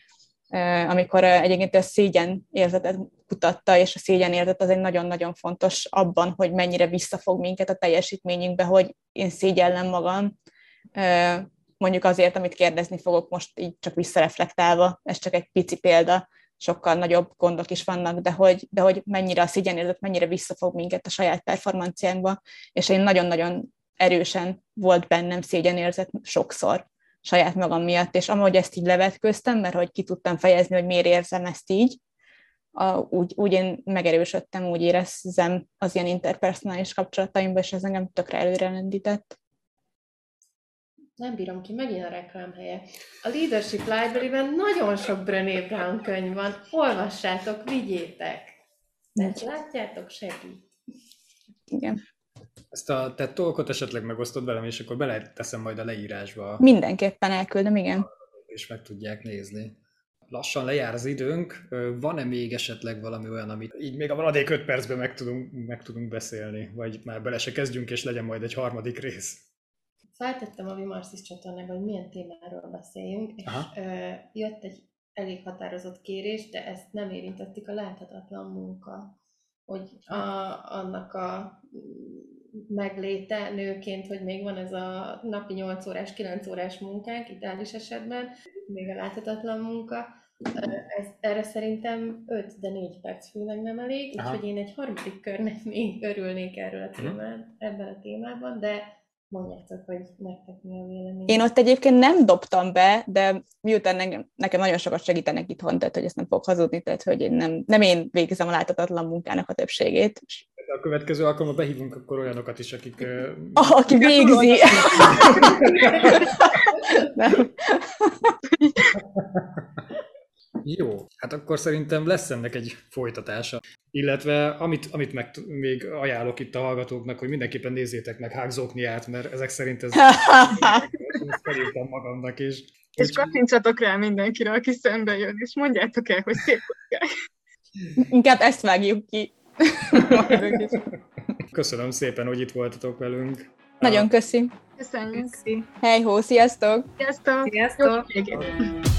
uh, amikor uh, egyébként a szégyen érzetet kutatta, és a szégyen érzet az egy nagyon-nagyon fontos abban, hogy mennyire visszafog minket a teljesítményünkbe, hogy én szégyellem magam, uh, mondjuk azért, amit kérdezni fogok most így csak visszareflektálva, ez csak egy pici példa, sokkal nagyobb gondok is vannak, de hogy, de hogy mennyire a szégyenérzet, mennyire visszafog minket a saját performanciánkba, és én nagyon-nagyon erősen volt bennem szégyenérzet sokszor saját magam miatt, és amúgy ezt így levetköztem, mert hogy ki tudtam fejezni, hogy miért érzem ezt így, a, úgy, úgy én megerősödtem, úgy érezzem az ilyen interpersonális kapcsolataimban, és ez engem tökre előre lendített. Nem bírom ki, megint a reklámhelye. A Leadership Library-ben nagyon sok Brené Brown könyv van. Olvassátok, vigyétek. Ezt látjátok, segít. Igen. Ezt a TED Talkot esetleg megosztod velem, és akkor beleteszem majd a leírásba. Mindenképpen elküldöm, igen. És meg tudják nézni. Lassan lejár az időnk. Van-e még esetleg valami olyan, amit így még a maradék öt percben meg tudunk, meg tudunk beszélni? Vagy már bele se kezdjünk, és legyen majd egy harmadik rész? Feltettem a Vimarsis csatornába, hogy milyen témáról beszéljünk, és ö, jött egy elég határozott kérés, de ezt nem érintettük, a láthatatlan munka. Hogy a, annak a megléte nőként, hogy még van ez a napi nyolc órás, kilenc órás munkánk, ideális esetben, még a láthatatlan munka. Ez, erre szerintem öt, de négy perc főleg nem elég, úgyhogy én egy harmadik körnek még örülnék erről a témán, ebben a témában, de mondjátok, hogy nektek mi a vélemény. Én ott egyébként nem dobtam be, de miután nekem, nekem nagyon sokat segítenek itthon, tehát hogy ezt nem fogok hazudni, tehát hogy én nem, nem én végzem a láthatatlan munkának a többségét. A következő alkalommal behívunk akkor olyanokat is, akik... Ah, aki végzi! Nem. Jó, hát akkor szerintem lesz ennek egy folytatása. Illetve amit, amit meg még ajánlok itt a hallgatóknak, hogy mindenképpen nézzétek meg Hugzokniát, mert ezek szerint ez... ezt felírtam magamnak is. És Úgy... kattintsatok rá mindenkire, aki szembe jön, és mondjátok el, hogy szép kockák. Inkább ezt vágjuk ki. Köszönöm szépen, hogy itt voltatok velünk. Nagyon köszi. Köszönjük. Hej hó, sziasztok! Sziasztok! Sziasztok! Jó,